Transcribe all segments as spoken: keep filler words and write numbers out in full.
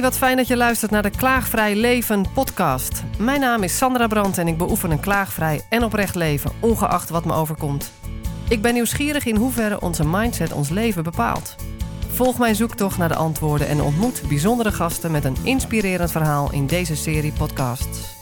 wat fijn dat je luistert naar de Klaagvrij Leven podcast. Mijn naam is Sandra Brandt en ik beoefen een klaagvrij en oprecht leven, ongeacht wat me overkomt. Ik ben nieuwsgierig in hoeverre onze mindset ons leven bepaalt. Volg mijn zoektocht naar de antwoorden en ontmoet bijzondere gasten met een inspirerend verhaal in deze serie podcasts.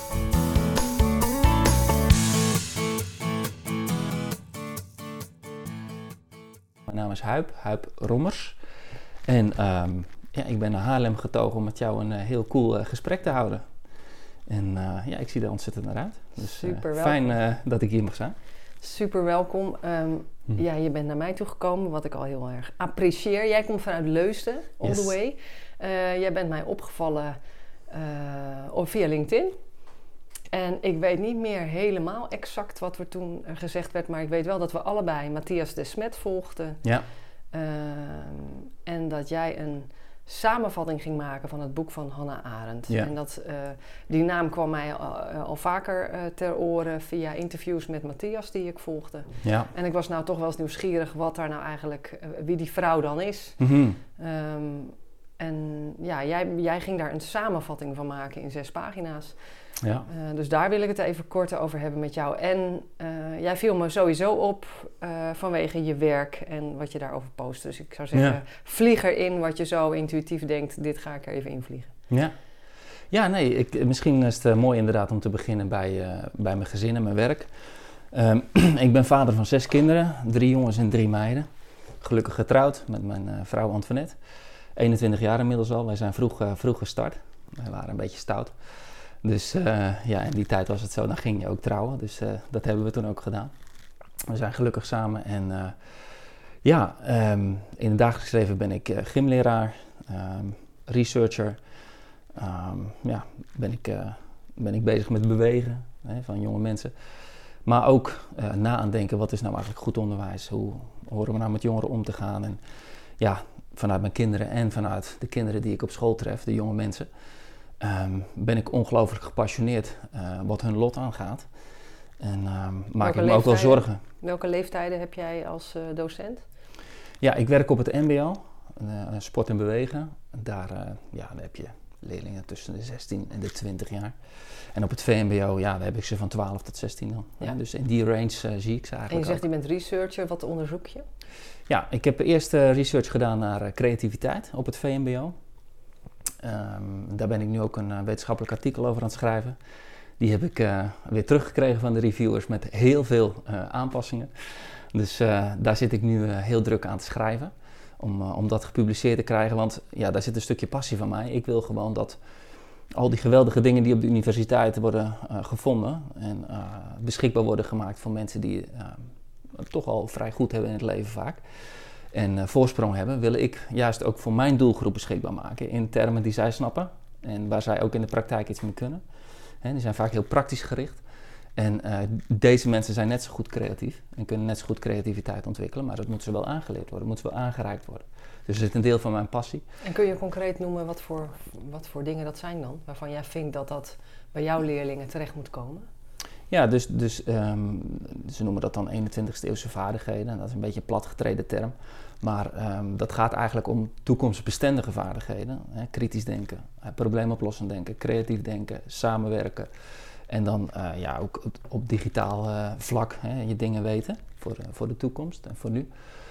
Mijn naam is Huip, Huip Rommers. En um, ja, ik ben naar Haarlem getogen om met jou een uh, heel cool uh, gesprek te houden. En uh, ja, ik zie er ontzettend naar uit. Dus Super uh, welkom. fijn uh, dat ik hier mag zijn. Super welkom. Um, hm. Ja, je bent naar mij toegekomen, wat ik al heel erg apprecieer. Jij komt vanuit Leusden, all yes. the way. Uh, jij bent mij opgevallen uh, op, via LinkedIn. En ik weet niet meer helemaal exact wat er toen gezegd werd, maar ik weet wel dat we allebei Matthias de Smet volgden. Ja. Uh, en dat jij een samenvatting ging maken van het boek van Hannah Arendt. Ja. En dat, uh, die naam kwam mij al, uh, al vaker uh, ter oren via interviews met Matthias die ik volgde. Ja. En ik was nou toch wel eens nieuwsgierig wat daar nou eigenlijk, uh, wie die vrouw dan is. Mm-hmm. Um, en ja, jij, jij ging daar een samenvatting van maken in zes pagina's. Ja. Uh, dus daar wil ik het even kort over hebben met jou. En uh, jij viel me sowieso op uh, vanwege je werk en wat je daarover post. Dus ik zou zeggen, ja. vlieg erin wat je zo intuïtief denkt. Dit ga ik er even invliegen. Ja, ja nee, ik, misschien is het uh, mooi inderdaad om te beginnen bij, uh, bij mijn gezin en mijn werk. Um, ik ben vader van zes kinderen, drie jongens en drie meiden. Gelukkig getrouwd met mijn uh, vrouw Antoinette. eenentwintig jaar inmiddels al. Wij zijn vroeg, uh, vroeg gestart. Wij waren een beetje stout. Dus uh, ja, in die tijd was het zo, dan ging je ook trouwen. Dus uh, dat hebben we toen ook gedaan. We zijn gelukkig samen. En uh, ja, um, in het dagelijks leven ben ik uh, gymleraar, um, researcher. Um, ja, ben ik, uh, ben ik bezig met bewegen hè, van jonge mensen. Maar ook uh, na aan denken, wat is nou eigenlijk goed onderwijs? Hoe horen we nou met jongeren om te gaan? En ja, vanuit mijn kinderen en vanuit de kinderen die ik op school tref, de jonge mensen... Um, ben ik ongelooflijk gepassioneerd uh, wat hun lot aangaat. En um, maak ik me ook wel zorgen. Welke leeftijden heb jij als uh, docent? Ja, ik werk op het M B O, uh, sport en bewegen. Daar, uh, ja, daar heb je leerlingen tussen de zestien en de twintig jaar. En op het V M B O, ja, daar heb ik ze van twaalf tot zestien dan. Ja. Ja, dus in die range uh, zie ik ze eigenlijk. En je zegt, ook. Je bent researcher, wat onderzoek je? Ja, ik heb eerst uh, research gedaan naar uh, creativiteit op het V M B O. Um, daar ben ik nu ook een uh, wetenschappelijk artikel over aan het schrijven. Die heb ik uh, weer teruggekregen van de reviewers met heel veel uh, aanpassingen. Dus uh, daar zit ik nu uh, heel druk aan te schrijven. Om, uh, om dat gepubliceerd te krijgen. Want ja, daar zit een stukje passie van mij. Ik wil gewoon dat al die geweldige dingen die op de universiteit worden uh, gevonden. En uh, beschikbaar worden gemaakt voor mensen die uh, het toch al vrij goed hebben in het leven vaak. En uh, voorsprong hebben, wil ik juist ook voor mijn doelgroep beschikbaar maken in termen die zij snappen en waar zij ook in de praktijk iets mee kunnen. He, die zijn vaak heel praktisch gericht. En uh, deze mensen zijn net zo goed creatief en kunnen net zo goed creativiteit ontwikkelen, maar dat moet ze wel aangeleerd worden, moet ze wel aangereikt worden. Dus er zit een deel van mijn passie. En kun je concreet noemen wat voor, wat voor dingen dat zijn dan, waarvan jij vindt dat dat bij jouw leerlingen terecht moet komen? Ja, dus, dus um, ze noemen dat dan eenentwintigste eeuwse vaardigheden. Dat is een beetje een platgetreden term. Maar um, dat gaat eigenlijk om toekomstbestendige vaardigheden. Hè, kritisch denken, uh, probleemoplossend denken, creatief denken, samenwerken. En dan uh, ja, ook op, op digitaal uh, vlak hè, je dingen weten voor, uh, voor de toekomst en voor nu.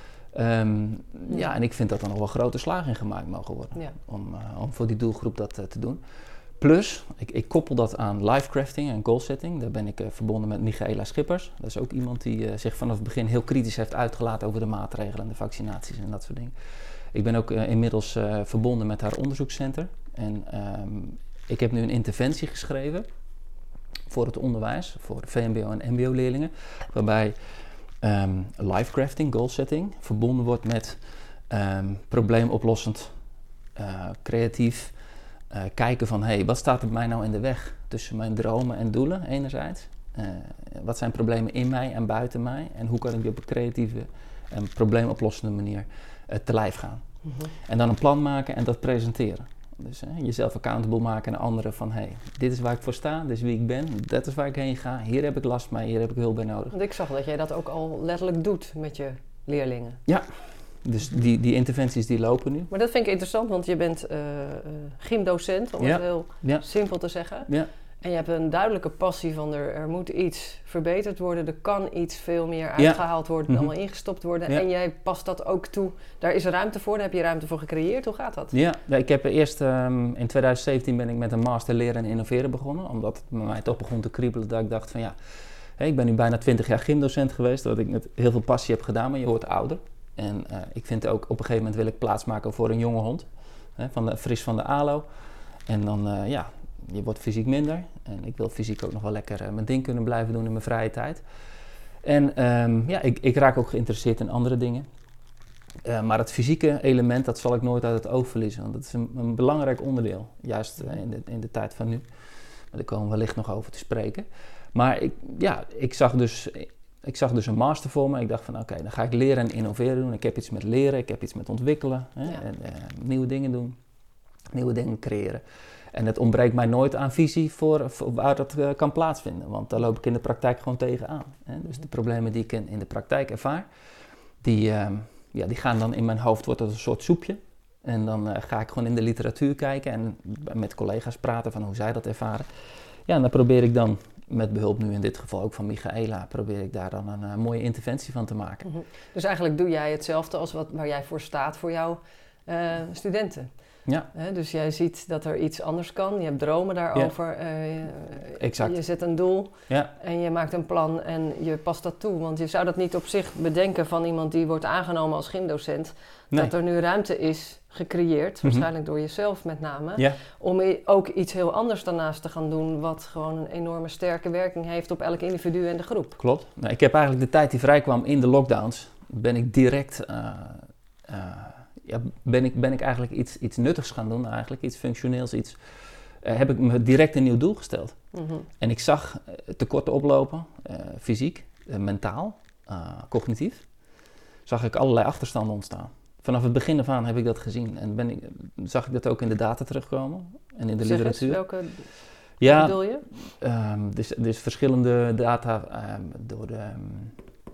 Um, ja. ja, en ik vind dat er nog wel grote slagen in gemaakt mogen worden. Ja. Om, uh, om voor die doelgroep dat uh, te doen. Plus, ik, ik koppel dat aan lifecrafting en goalsetting. Daar ben ik uh, verbonden met Michaela Schippers. Dat is ook iemand die uh, zich vanaf het begin heel kritisch heeft uitgelaten over de maatregelen en de vaccinaties en dat soort dingen. Ik ben ook uh, inmiddels uh, verbonden met haar onderzoekscentrum. En um, ik heb nu een interventie geschreven voor het onderwijs, voor V M B O en M B O-leerlingen. Waarbij um, lifecrafting, goalsetting, verbonden wordt met um, probleemoplossend, uh, creatief... Uh, kijken van, hé, hey, wat staat er bij mij nou in de weg tussen mijn dromen en doelen enerzijds? Uh, wat zijn problemen in mij en buiten mij? En hoe kan ik die op een creatieve en probleemoplossende manier uh, te lijf gaan? Mm-hmm. En dan een plan maken en dat presenteren. Dus uh, jezelf accountable maken naar anderen van, hé, hey, dit is waar ik voor sta, dit is wie ik ben, dat is waar ik heen ga, hier heb ik last mee, hier heb ik hulp bij nodig. Want ik zag dat jij dat ook al letterlijk doet met je leerlingen. Ja. Dus die, die interventies die lopen nu. Maar dat vind ik interessant, want je bent uh, uh, gymdocent, om ja. het heel ja. simpel te zeggen. Ja. En je hebt een duidelijke passie van er, er moet iets verbeterd worden. Er kan iets veel meer uitgehaald worden, ja. allemaal ingestopt worden. Ja. En jij past dat ook toe. Daar is ruimte voor, daar heb je ruimte voor gecreëerd. Hoe gaat dat? Ja, ja ik heb eerst um, in twintig zeventien ben ik met een master leren en innoveren begonnen. Omdat het bij mij toch begon te kriebelen dat ik dacht van ja, hey, ik ben nu bijna twintig jaar gymdocent geweest. Wat ik met heel veel passie heb gedaan, maar je wordt ouder. En uh, ik vind ook op een gegeven moment wil ik plaatsmaken voor een jonge hond. Hè, van de, fris van de A L O. En dan uh, ja... Je wordt fysiek minder en ik wil fysiek ook nog wel lekker uh, mijn ding kunnen blijven doen in mijn vrije tijd. En um, ja, ik, ik raak ook geïnteresseerd in andere dingen. Uh, maar het fysieke element, dat zal ik nooit uit het oog verliezen. Want dat is een, een belangrijk onderdeel, juist uh, in, de, in de tijd van nu. Maar daar komen we wellicht nog over te spreken. Maar ik, ja, ik, zag dus, ik zag dus een master voor me. Ik dacht van oké, okay, dan ga ik leren en innoveren doen. Ik heb iets met leren, ik heb iets met ontwikkelen. Hè, ja. en, uh, nieuwe dingen doen, nieuwe dingen creëren. En het ontbreekt mij nooit aan visie voor, voor waar dat uh, kan plaatsvinden. Want daar loop ik in de praktijk gewoon tegenaan. Hè? Dus de problemen die ik in, in de praktijk ervaar, die, uh, ja, die gaan dan in mijn hoofd, wordt dat een soort soepje. En dan uh, ga ik gewoon in de literatuur kijken en met collega's praten van hoe zij dat ervaren. Ja, en dan probeer ik dan, met behulp nu in dit geval ook van Michaela, probeer ik daar dan een uh, mooie interventie van te maken. Mm-hmm. Dus eigenlijk doe jij hetzelfde als wat, waar jij voor staat voor jouw uh, studenten. Ja. He, dus jij ziet dat er iets anders kan, je hebt dromen daarover, ja. uh, exact. Je zet een doel ja. en je maakt een plan en je past dat toe. Want je zou dat niet op zich bedenken van iemand die wordt aangenomen als gymdocent. Nee. Dat er nu ruimte is gecreëerd, mm-hmm. waarschijnlijk door jezelf met name, ja. om ook iets heel anders daarnaast te gaan doen wat gewoon een enorme sterke werking heeft op elk individu en de groep. Klopt. Nou, ik heb eigenlijk de tijd die vrijkwam in de lockdowns, ben ik direct... Uh, uh, Ja, ben ik, ben ik eigenlijk iets, iets nuttigs gaan doen, eigenlijk iets functioneels, iets, uh, heb ik me direct een nieuw doel gesteld. Mm-hmm. En ik zag uh, tekorten oplopen, uh, fysiek, uh, mentaal, uh, cognitief. Zag ik allerlei achterstanden ontstaan. Vanaf het begin af aan heb ik dat gezien en ben ik, zag ik dat ook in de data terugkomen en in de zeg literatuur. Eens, welke ja, bedoel je? Um, dus, dus verschillende data um, door de, um,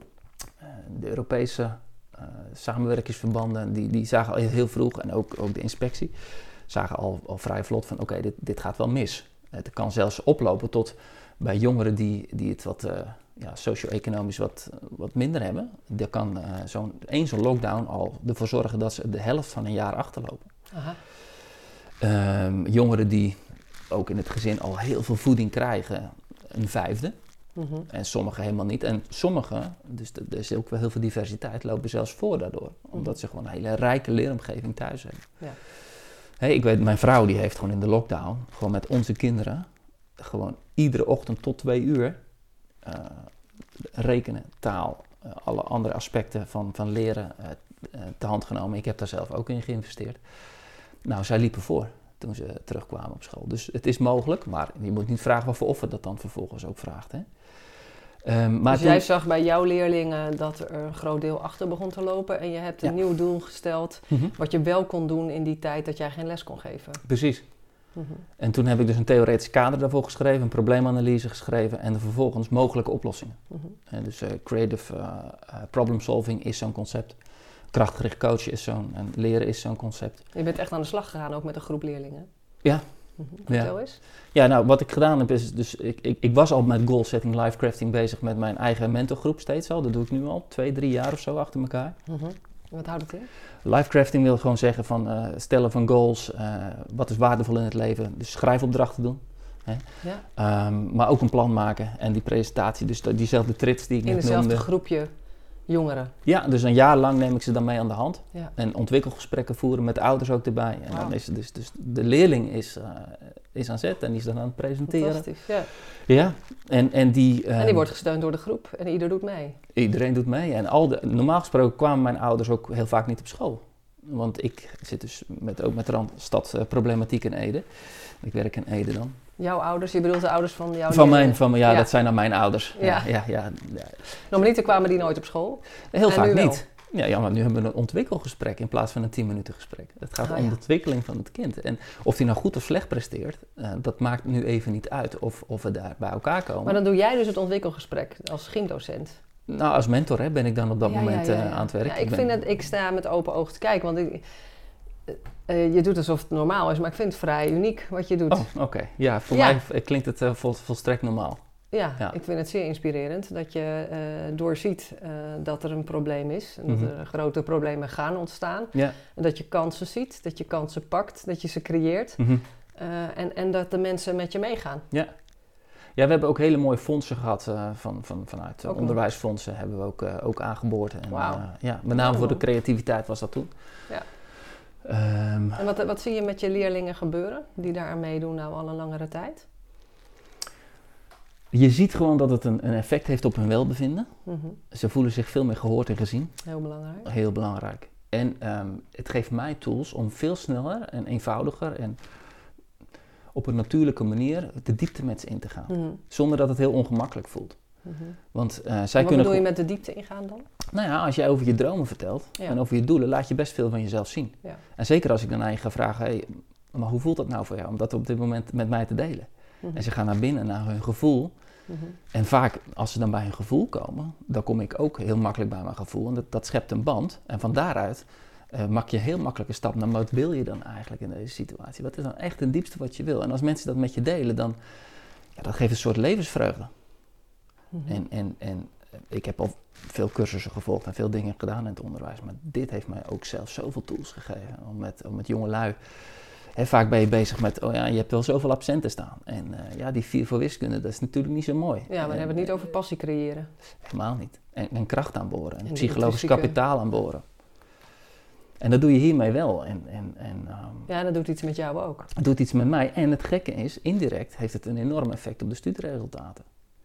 uh, de Europese... Uh, samenwerkingsverbanden, die, die zagen al heel vroeg, en ook, ook de inspectie, zagen al, al vrij vlot van oké, okay, dit, dit gaat wel mis. Het kan zelfs oplopen tot bij jongeren die, die het wat uh, ja, socio-economisch wat, wat minder hebben. Daar kan uh, zo'n, één zo'n lockdown al ervoor zorgen dat ze de helft van een jaar achterlopen. Aha. Um, jongeren die ook in het gezin al heel veel voeding krijgen, een vijfde. Mm-hmm. En sommigen helemaal niet. En sommigen, dus er is ook wel heel veel diversiteit, lopen zelfs voor daardoor. Omdat mm-hmm. ze gewoon een hele rijke leeromgeving thuis hebben. Ja. Hey, ik weet, mijn vrouw die heeft gewoon in de lockdown, gewoon met onze kinderen, gewoon iedere ochtend tot twee uur uh, rekenen, taal, uh, alle andere aspecten van, van leren uh, uh, te hand genomen. Ik heb daar zelf ook in geïnvesteerd. Nou, zij liepen voor toen ze terugkwamen op school. Dus het is mogelijk, maar je moet niet vragen wat voor offer dat dan vervolgens ook vraagt. Hè? Um, maar dus toen... jij zag bij jouw leerlingen dat er een groot deel achter begon te lopen en je hebt een ja. nieuw doel gesteld mm-hmm. wat je wel kon doen in die tijd dat jij geen les kon geven. Precies. Mm-hmm. En toen heb ik dus een theoretisch kader daarvoor geschreven, een probleemanalyse geschreven en vervolgens mogelijke oplossingen. Mm-hmm. En dus uh, creative uh, uh, problem solving is zo'n concept. Krachtgericht coachen is zo'n, en leren is zo'n concept. Je bent echt aan de slag gegaan ook met een groep leerlingen? Ja. Mm-hmm. Vertel ja. eens. Ja, nou, wat ik gedaan heb is, dus ik, ik, ik was al met goal setting, life crafting bezig met mijn eigen mentorgroep steeds al. Dat doe ik nu al, twee, drie jaar of zo achter elkaar. Mm-hmm. Wat houdt het in? Life crafting wil gewoon zeggen van uh, stellen van goals, uh, wat is waardevol in het leven, dus schrijfopdrachten doen. Hè? Ja. Um, maar ook een plan maken en die presentatie, dus diezelfde trits die ik in net dezelfde noemde. groepje jongeren? Ja, dus een jaar lang neem ik ze dan mee aan de hand. Ja. En ontwikkelgesprekken voeren met de ouders ook erbij. En wow. dan is dus, dus de leerling is, uh, is aan zet en die is dan aan het presenteren. Fantastisch, ja. Ja, en, en die... Um, en die wordt gesteund door de groep en ieder doet mee. Iedereen doet mee. En al de, normaal gesproken kwamen mijn ouders ook heel vaak niet op school. Want ik zit dus met, ook met randstadproblematiek in Ede. Ik werk in Ede dan. Jouw ouders, je bedoelt de ouders van jouw Van mijn, van mijn, ja, ja, dat zijn dan mijn ouders. Ja. Ja, ja, ja, ja. Normaliter kwamen die nooit op school? Heel en vaak niet. Ja, ja, maar nu hebben we een ontwikkelgesprek in plaats van een tien minuten gesprek. Het gaat ah, om ja. de ontwikkeling van het kind. En of die nou goed of slecht presteert, uh, dat maakt nu even niet uit of, of we daar bij elkaar komen. Maar dan doe jij dus het ontwikkelgesprek als gymdocent? Nou, als mentor hè, ben ik dan op dat ja, moment ja, ja, ja. Uh, aan het werk. Ja, ik, ik, ben... vind het, ik sta met open ogen te kijken, want ik, uh, je doet alsof het normaal is, maar ik vind het vrij uniek wat je doet. Oh, oké. Okay. Ja, voor ja. mij klinkt het uh, vol, volstrekt normaal. Ja, ja, ik vind het zeer inspirerend dat je uh, doorziet uh, dat er een probleem is. En mm-hmm. dat er grote problemen gaan ontstaan. Ja. En dat je kansen ziet, dat je kansen pakt, dat je ze creëert. Mm-hmm. Uh, en, en dat de mensen met je meegaan. Ja. Ja, we hebben ook hele mooie fondsen gehad uh, van, van, vanuit uh, onderwijsfondsen hebben we ook, uh, ook aangeboord. En, wow. uh, ja, met name voor de creativiteit was dat toen. Ja. Um, en wat, wat zie je met je leerlingen gebeuren die daar aan meedoen nou al een langere tijd? Je ziet gewoon dat het een, een effect heeft op hun welbevinden. Mm-hmm. Ze voelen zich veel meer gehoord en gezien. Heel belangrijk. Heel belangrijk. En um, het geeft mij tools om veel sneller en eenvoudiger en op een natuurlijke manier de diepte met ze in te gaan. Mm-hmm. Zonder dat het heel ongemakkelijk voelt. Mm-hmm. Want, uh, zij wat kunnen bedoel je met de diepte ingaan dan? Nou ja, als jij over je dromen vertelt ja. en over je doelen, laat je best veel van jezelf zien. Ja. En zeker als ik dan aan je ga vragen, hey, maar hoe voelt dat nou voor jou om dat op dit moment met mij te delen? Mm-hmm. En ze gaan naar binnen, naar hun gevoel. Mm-hmm. En vaak, als ze dan bij hun gevoel komen, dan kom ik ook heel makkelijk bij mijn gevoel. En dat, dat schept een band. En van daaruit uh, maak je heel makkelijk een stap naar wat wil je dan eigenlijk in deze situatie? Wat is dan echt het diepste wat je wil? En als mensen dat met je delen, dan ja, dat geeft een soort levensvreugde. Mm-hmm. En, en, en ik heb al veel cursussen gevolgd en veel dingen gedaan in het onderwijs. Maar dit heeft mij ook zelf zoveel tools gegeven om met, om met jongelui. He, vaak ben je bezig met, oh ja, je hebt wel zoveel absenten staan. En uh, ja, die vier voor wiskunde, dat is natuurlijk niet zo mooi. Ja, maar dan hebben we het niet over passie creëren. Helemaal niet. En, en kracht aanboren. En, en psychologisch kapitaal aanboren. En dat doe je hiermee wel. En, en, en, um, ja, dat doet iets met jou ook. Het doet iets met mij. En het gekke is, indirect heeft het een enorm effect op de studieresultaten.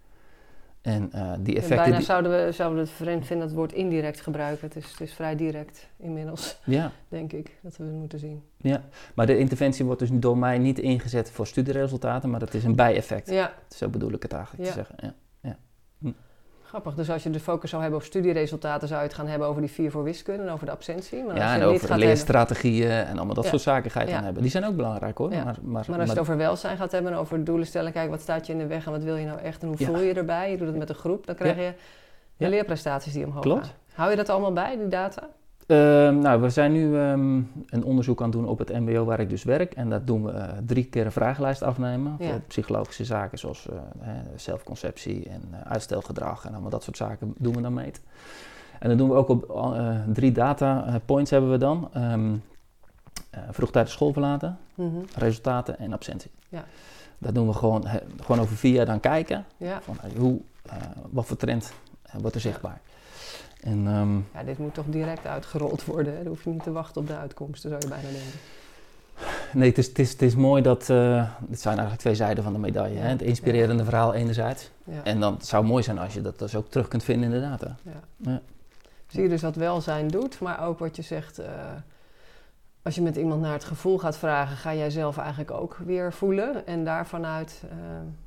En uh, die effecten... Ja, bijna die... zouden we, zouden we het vreemd vinden het woord indirect gebruiken. Het is, het is vrij direct inmiddels, ja. denk ik, dat we het moeten zien. Ja, maar de interventie wordt dus door mij niet ingezet voor studieresultaten, maar dat is een bijeffect. Ja. Zo bedoel ik het eigenlijk ja. te zeggen. Ja. Ja. Hm. Grappig, dus als je de focus zou hebben op studieresultaten, zou je het gaan hebben over die vier voor wiskunde en over de absentie. Maar ja, als je en niet over gaat leerstrategieën hebben... en allemaal dat ja. soort zaken ga je ja. dan hebben. Die zijn ook belangrijk hoor. Ja. Maar, maar, maar als je het over welzijn gaat hebben en over doelen stellen, kijk wat staat je in de weg en wat wil je nou echt en hoe ja. voel je erbij? Je doet het met een groep, dan krijg je de ja. leerprestaties die omhoog Klopt. gaan. Hou je dat allemaal bij, die data? Uh, nou, we zijn nu um, een onderzoek aan het doen op het M B O waar ik dus werk. En dat doen we uh, drie keer een vragenlijst afnemen. Ja. Voor psychologische zaken zoals uh, zelfconceptie en uh, uitstelgedrag en allemaal dat soort zaken doen we dan meten. En dan doen we ook op uh, drie data uh, points hebben we dan. Um, uh, vroegtijdig school verlaten, mm-hmm. resultaten en absentie. Ja. Dat doen we gewoon, he, gewoon over vier jaar dan kijken. Ja. Van, uh, hoe, uh, wat voor trend uh, wordt er zichtbaar. En, um, ja, dit moet toch direct uitgerold worden. Hè? Dan hoef je niet te wachten op de uitkomsten, zou je bijna denken. Nee, het is, het is, het is mooi dat... Uh, het zijn eigenlijk twee zijden van de medaille. Ja. Hè? Het inspirerende ja. verhaal enerzijds. Ja. En dan het zou mooi zijn als je dat dus ook terug kunt vinden in de data. Ja. Ja. Zie je dus wat welzijn doet, maar ook wat je zegt... Uh, als je met iemand naar het gevoel gaat vragen, ga jij zelf eigenlijk ook weer voelen. En daarvanuit uh,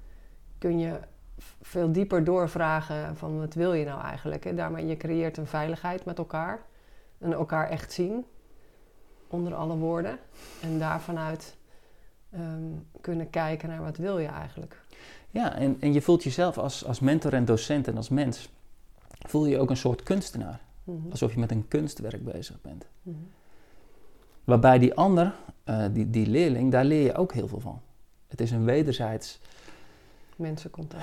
kun je... veel dieper doorvragen van wat wil je nou eigenlijk. Hè? Daarmee je creëert een veiligheid met elkaar. En elkaar echt zien. Onder alle woorden. En daarvanuit um, kunnen kijken naar wat wil je eigenlijk. Ja, en, en je voelt jezelf als, als mentor en docent en als mens... voel je je ook een soort kunstenaar. Mm-hmm. Alsof je met een kunstwerk bezig bent. Mm-hmm. Waarbij die ander, uh, die, die leerling, daar leer je ook heel veel van. Het is een wederzijds... mensencontact.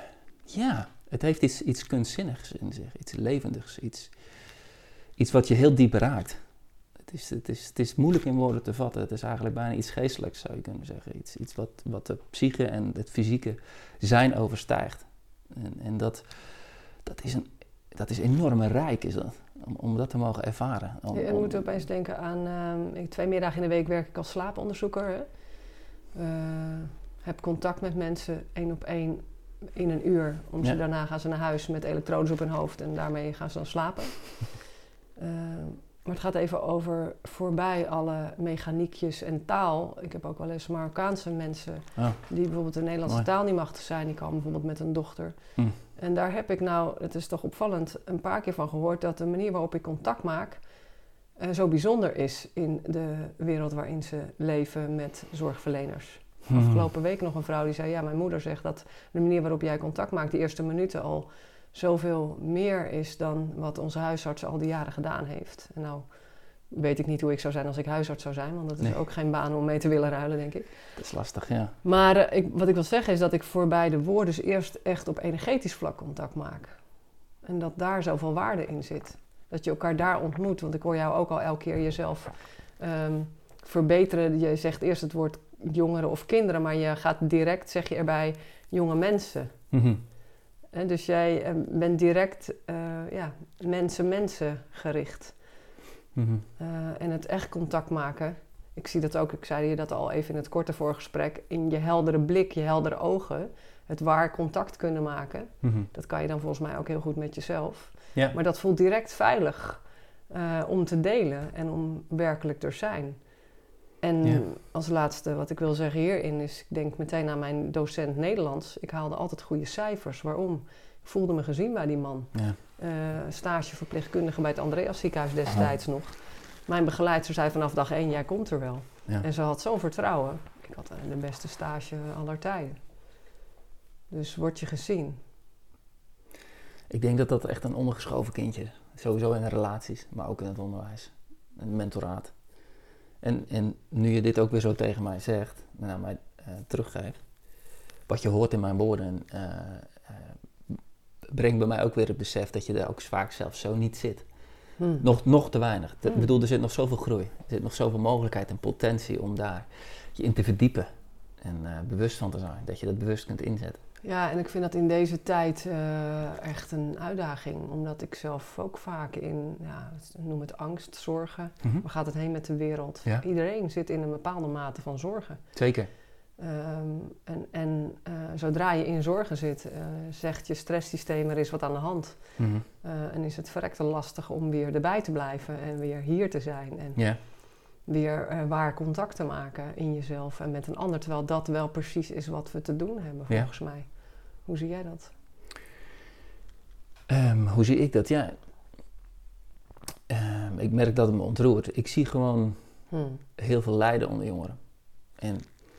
Ja, het heeft iets, iets kunstzinnigs in zich, iets levendigs, iets, iets wat je heel diep raakt. Het is, het, is, het is moeilijk in woorden te vatten, het is eigenlijk bijna iets geestelijks zou je kunnen zeggen. Iets, iets wat, wat de psyche en het fysieke zijn overstijgt. En, en dat, dat, is een, dat is enorm rijk, is dat, om, om dat te mogen ervaren. Om, je moet opeens denken aan, uh, twee middagen in de week werk ik als slaaponderzoeker. Hè? Uh, heb contact met mensen, één op één, in een uur. Om ja. ze daarna gaan ze naar huis met elektrodes op hun hoofd en daarmee gaan ze dan slapen. uh, maar het gaat even over voorbij alle mechaniekjes en taal. Ik heb ook wel eens Marokkaanse mensen oh. die bijvoorbeeld de Nederlandse Mooi. taal niet machtig zijn. Die komen bijvoorbeeld met een dochter. Mm. En daar heb ik nou, het is toch opvallend, een paar keer van gehoord dat de manier waarop ik contact maak uh, zo bijzonder is in de wereld waarin ze leven met zorgverleners. Afgelopen week nog een vrouw die zei... ja, mijn moeder zegt dat de manier waarop jij contact maakt... die eerste minuten al zoveel meer is dan wat onze huisarts al die jaren gedaan heeft. En nou weet ik niet hoe ik zou zijn als ik huisarts zou zijn, want dat is nee. ook geen baan om mee te willen ruilen, denk ik. Dat is lastig, ja. Maar uh, ik, wat ik wil zeggen is dat ik voor beide woorden eerst echt op energetisch vlak contact maak. En dat daar zoveel waarde in zit. Dat je elkaar daar ontmoet, want ik hoor jou ook al elke keer jezelf um, verbeteren. Je zegt eerst het woord jongeren of kinderen, maar je gaat direct, zeg je erbij, jonge mensen. Mm-hmm. En dus jij uh, bent direct uh, ja, mensen-mensen gericht. Mm-hmm. Uh, en het echt contact maken. Ik zie dat ook, ik zei je dat al even in het korte voorgesprek, in je heldere blik, je heldere ogen, het waar contact kunnen maken. Mm-hmm. Dat kan je dan volgens mij ook heel goed met jezelf. Ja. Maar dat voelt direct veilig uh, om te delen en om werkelijk te zijn. En ja. als laatste wat ik wil zeggen hierin is, ik denk meteen aan mijn docent Nederlands. Ik haalde altijd goede cijfers. Waarom? Ik voelde me gezien bij die man. Ja. Uh, stageverpleegkundige bij het Andreas ziekenhuis destijds Aha. nog. Mijn begeleidster zei vanaf dag één, jij komt er wel. Ja. En ze had zo'n vertrouwen. Ik had de beste stage aller tijden. Dus word je gezien. Ik denk dat dat echt een ondergeschoven kindje is. Sowieso in de relaties, maar ook in het onderwijs. Een mentoraat. En, en nu je dit ook weer zo tegen mij zegt, naar mij uh, teruggeeft, wat je hoort in mijn woorden, uh, uh, brengt bij mij ook weer het besef dat je daar ook vaak zelf zo niet zit. Hmm. Nog, nog te weinig. Ik hmm. bedoel, er zit nog zoveel groei. Er zit nog zoveel mogelijkheid en potentie om daar je in te verdiepen. En uh, bewust van te zijn. Dat je dat bewust kunt inzetten. Ja, en ik vind dat in deze tijd uh, echt een uitdaging. Omdat ik zelf ook vaak in, ja, noem het angst, zorgen. Mm-hmm. Waar gaat het heen met de wereld? Ja. Iedereen zit in een bepaalde mate van zorgen. Zeker. Um, en en uh, zodra je in zorgen zit, uh, zegt je stresssysteem er is wat aan de hand. Mm-hmm. Uh, en is het verrekte lastig om weer erbij te blijven en weer hier te zijn. En yeah. weer uh, waar contact te maken in jezelf en met een ander. Terwijl dat wel precies is wat we te doen hebben, volgens yeah. mij. Hoe zie jij dat? Um, hoe zie ik dat? Ja, um, ik merk dat het me ontroert. Ik zie gewoon hmm. heel veel lijden onder jongeren. En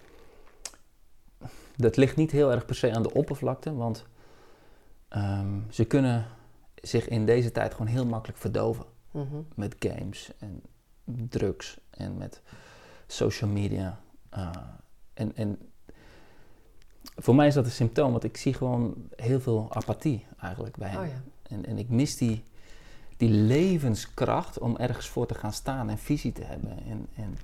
dat ligt niet heel erg per se aan de oppervlakte, want um, ze kunnen zich in deze tijd gewoon heel makkelijk verdoven. Mm-hmm. Met games en drugs en met social media. Uh, en, en voor mij is dat een symptoom, want ik zie gewoon heel veel apathie eigenlijk bij hen. Oh ja. en, en ik mis die, die levenskracht om ergens voor te gaan staan en visie te hebben. En, en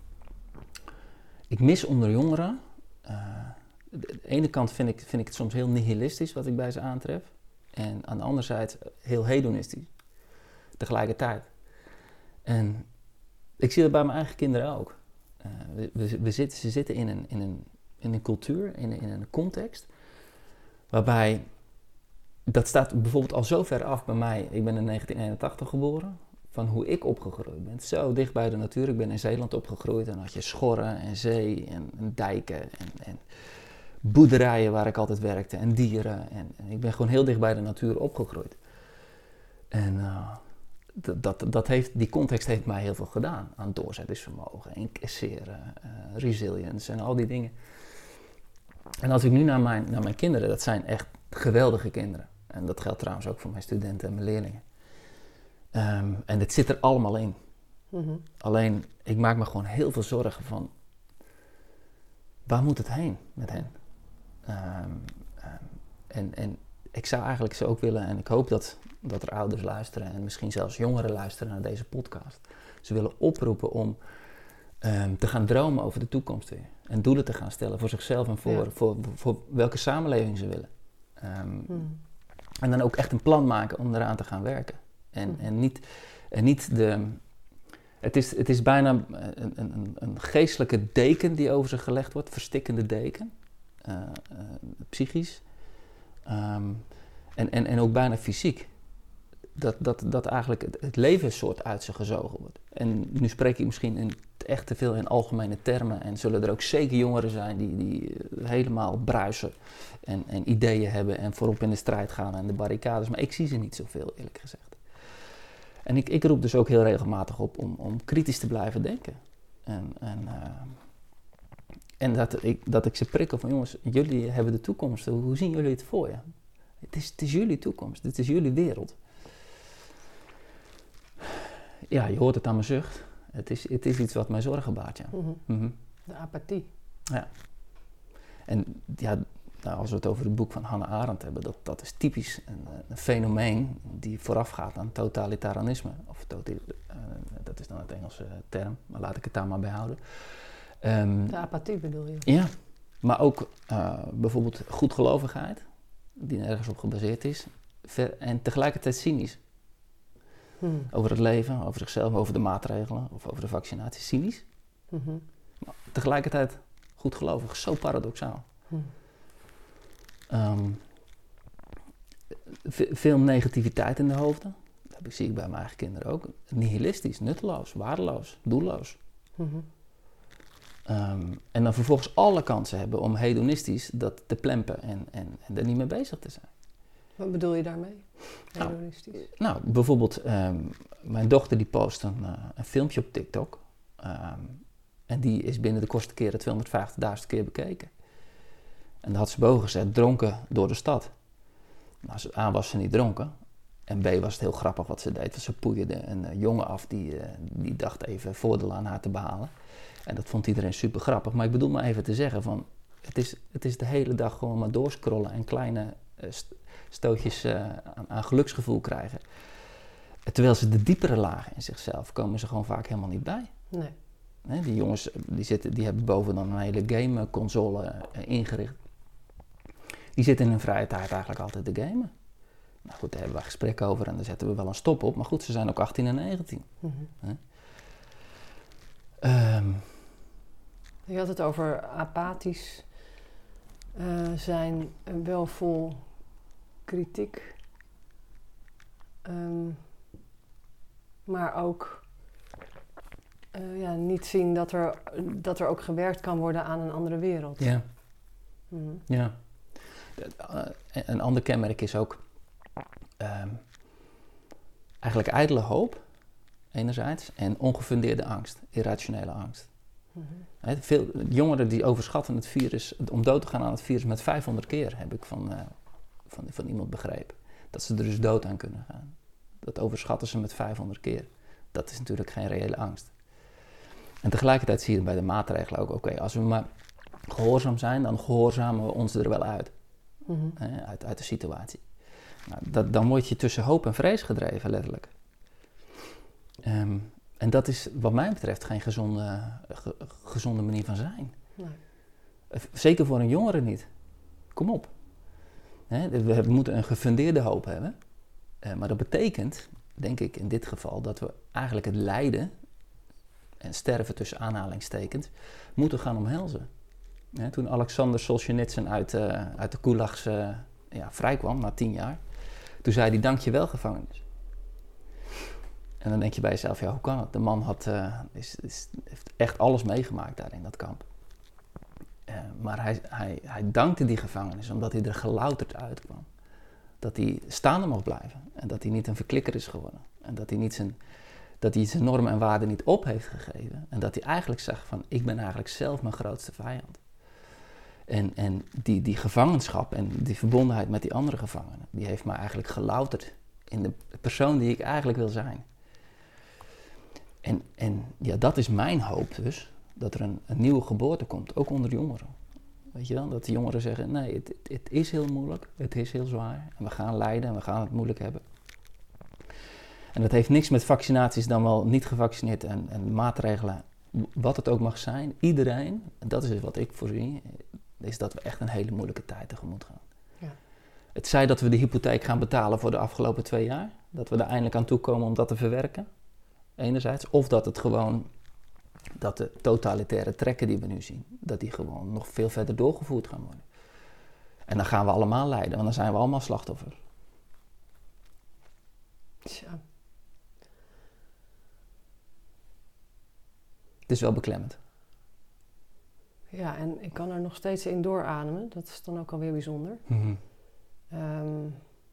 ik mis onder jongeren... Uh, aan de ene kant vind ik, vind ik het soms heel nihilistisch wat ik bij ze aantref. En aan de andere zijde heel hedonistisch. Tegelijkertijd. En ik zie dat bij mijn eigen kinderen ook. Uh, we, we, we zitten, ze zitten in een, in een, in een cultuur, in een, in een context. Waarbij, dat staat bijvoorbeeld al zo ver af bij mij. Ik ben in negentien eenentachtig geboren. Van hoe ik opgegroeid ben. Zo dicht bij de natuur. Ik ben in Zeeland opgegroeid. En dan had je schorren en zee en, en dijken en... en boerderijen waar ik altijd werkte en dieren. En, en ik ben gewoon heel dicht bij de natuur opgegroeid. En uh, dat, dat, dat heeft, die context heeft mij heel veel gedaan. Aan doorzettingsvermogen, incasseren, uh, resilience en al die dingen. En als ik nu naar mijn, naar mijn kinderen, dat zijn echt geweldige kinderen. En dat geldt trouwens ook voor mijn studenten en mijn leerlingen. Um, en het zit er allemaal in. Mm-hmm. Alleen, ik maak me gewoon heel veel zorgen van... waar moet het heen met hen? Um, um, en, en ik zou eigenlijk ze ook willen, en ik hoop dat, dat er ouders luisteren en misschien zelfs jongeren luisteren naar deze podcast. Ze willen oproepen om um, te gaan dromen over de toekomst weer. En doelen te gaan stellen voor zichzelf en voor, ja. voor, voor, voor welke samenleving ze willen. Um, hmm. En dan ook echt een plan maken om eraan te gaan werken. En, hmm. en, niet, en niet de... Het is, het is bijna een, een, een geestelijke deken die over ze gelegd wordt, verstikkende deken, uh, uh, psychisch um, en, en, en ook bijna fysiek. Dat, dat, dat eigenlijk het, het leven een soort uit ze gezogen wordt. En nu spreek ik misschien in, echt te veel in algemene termen en zullen er ook zeker jongeren zijn die, die helemaal bruisen en, en ideeën hebben en voorop in de strijd gaan en de barricades, maar ik zie ze niet zoveel, eerlijk gezegd. En ik, ik roep dus ook heel regelmatig op om, om kritisch te blijven denken. En, en, uh, en dat, ik, dat ik ze prikkel van jongens, jullie hebben de toekomst. Hoe zien jullie het voor je? Het is, het is jullie toekomst, het is jullie wereld. Ja, je hoort het aan mijn zucht. Het is, het is iets wat mij zorgen baart, ja. Mm-hmm. Mm-hmm. De apathie. Ja. En ja, nou, als we het over het boek van Hannah Arendt hebben, dat, dat is typisch een, een fenomeen die voorafgaat aan totalitarisme. Of total, uh, dat is dan het Engelse term, maar laat ik het daar maar bij houden. Um, De apathie bedoel je? Ja, maar ook uh, bijvoorbeeld goedgelovigheid, die nergens op gebaseerd is, ver, en tegelijkertijd cynisch. Hmm. Over het leven, over zichzelf, over de maatregelen of over de vaccinatie. Cynisch. Mm-hmm. Maar tegelijkertijd goedgelovig. Zo paradoxaal. Hmm. Um, v- veel negativiteit in de hoofden. Dat zie ik bij mijn eigen kinderen ook. Nihilistisch, nutteloos, waardeloos, doelloos. Mm-hmm. Um, en dan vervolgens alle kansen hebben om hedonistisch dat te plempen en, en, en er niet mee bezig te zijn. Wat bedoel je daarmee? Hedonistisch? Nou, nou bijvoorbeeld, um, mijn dochter die post een, uh, een filmpje op TikTok. Um, en die is binnen de kortste keren tweehonderdvijftigduizend keer bekeken. En dan had ze boven gezet, dronken door de stad. Nou, A was ze niet dronken. En B was het heel grappig wat ze deed. Want ze poeierde een uh, jongen af die, uh, die dacht even voordeel aan haar te behalen. En dat vond iedereen super grappig. Maar ik bedoel maar even te zeggen van, het is, het is de hele dag gewoon maar doorscrollen en kleine uh, st- stootjes uh, aan, aan geluksgevoel krijgen. Terwijl ze de diepere lagen in zichzelf komen ze gewoon vaak helemaal niet bij. Nee. Nee, die jongens die zitten, die hebben boven dan een hele gameconsole uh, ingericht. Die zitten in hun vrije tijd eigenlijk altijd te gamen. Nou goed, daar hebben we gesprekken over en daar zetten we wel een stop op. Maar goed, ze zijn ook achttien en negentien. Mm-hmm. Huh? Um, Je had het over apathisch uh, zijn, uh, wel vol kritiek. Um, maar ook uh, ja, niet zien dat er, dat er ook gewerkt kan worden aan een andere wereld. Ja. Mm-hmm. Ja. Uh, een ander kenmerk is ook um, eigenlijk ijdele hoop, enerzijds, en ongefundeerde angst, irrationele angst. Mm-hmm. He, veel jongeren die overschatten het virus, om dood te gaan aan het virus met vijfhonderd keer, heb ik van, uh, van, van iemand begrepen. Dat ze er dus dood aan kunnen gaan. Dat overschatten ze met vijfhonderd keer. Dat is natuurlijk geen reële angst. En tegelijkertijd zie je bij de maatregelen ook, oké, okay, als we maar gehoorzaam zijn, dan gehoorzamen we ons er wel uit. Mm-hmm. He, uit, uit de situatie. Nou, dat, dan word je tussen hoop en vrees gedreven, letterlijk. Um, en dat is wat mij betreft geen gezonde, ge, gezonde manier van zijn. Nee. Zeker voor een jongere niet. Kom op. He, we moeten een gefundeerde hoop hebben. Uh, maar dat betekent, denk ik in dit geval, dat we eigenlijk het lijden en sterven tussen aanhalingstekens moeten gaan omhelzen. He, toen Alexander Solzhenitsyn uit, uh, uit de Gulags uh, ja, vrijkwam, na tien jaar, toen zei hij, dank je wel, gevangenis. En dan denk je bij jezelf, ja, hoe kan het? De man had, uh, is, is, heeft echt alles meegemaakt daar in dat kamp. Uh, maar hij, hij, hij dankte die gevangenis omdat hij er gelouterd uitkwam. Dat hij staande mocht blijven. En dat hij niet een verklikker is geworden. En dat hij, niet zijn, dat hij zijn normen en waarden niet op heeft gegeven. En dat hij eigenlijk zegt van, ik ben eigenlijk zelf mijn grootste vijand. En, en die, die gevangenschap en die verbondenheid met die andere gevangenen, die heeft mij eigenlijk gelouterd in de persoon die ik eigenlijk wil zijn. En, en ja, dat is mijn hoop dus, dat er een, een nieuwe geboorte komt, ook onder jongeren. Weet je wel, dat de jongeren zeggen, nee, het, het, het is heel moeilijk, het is heel zwaar. En we gaan lijden en we gaan het moeilijk hebben. En dat heeft niks met vaccinaties dan wel niet gevaccineerd en, en maatregelen, wat het ook mag zijn. Iedereen, en dat is wat ik voorzie, is dat we echt een hele moeilijke tijd tegemoet gaan. Ja. Het zij dat we de hypotheek gaan betalen voor de afgelopen twee jaar, dat we er eindelijk aan toe komen om dat te verwerken, enerzijds. Of dat het gewoon, dat de totalitaire trekken die we nu zien, dat die gewoon nog veel verder doorgevoerd gaan worden. En dan gaan we allemaal lijden, want dan zijn we allemaal slachtoffer. Tja. Het is wel beklemmend. Ja, en ik kan er nog steeds in doorademen. Dat is dan ook alweer bijzonder. Mm-hmm. Um,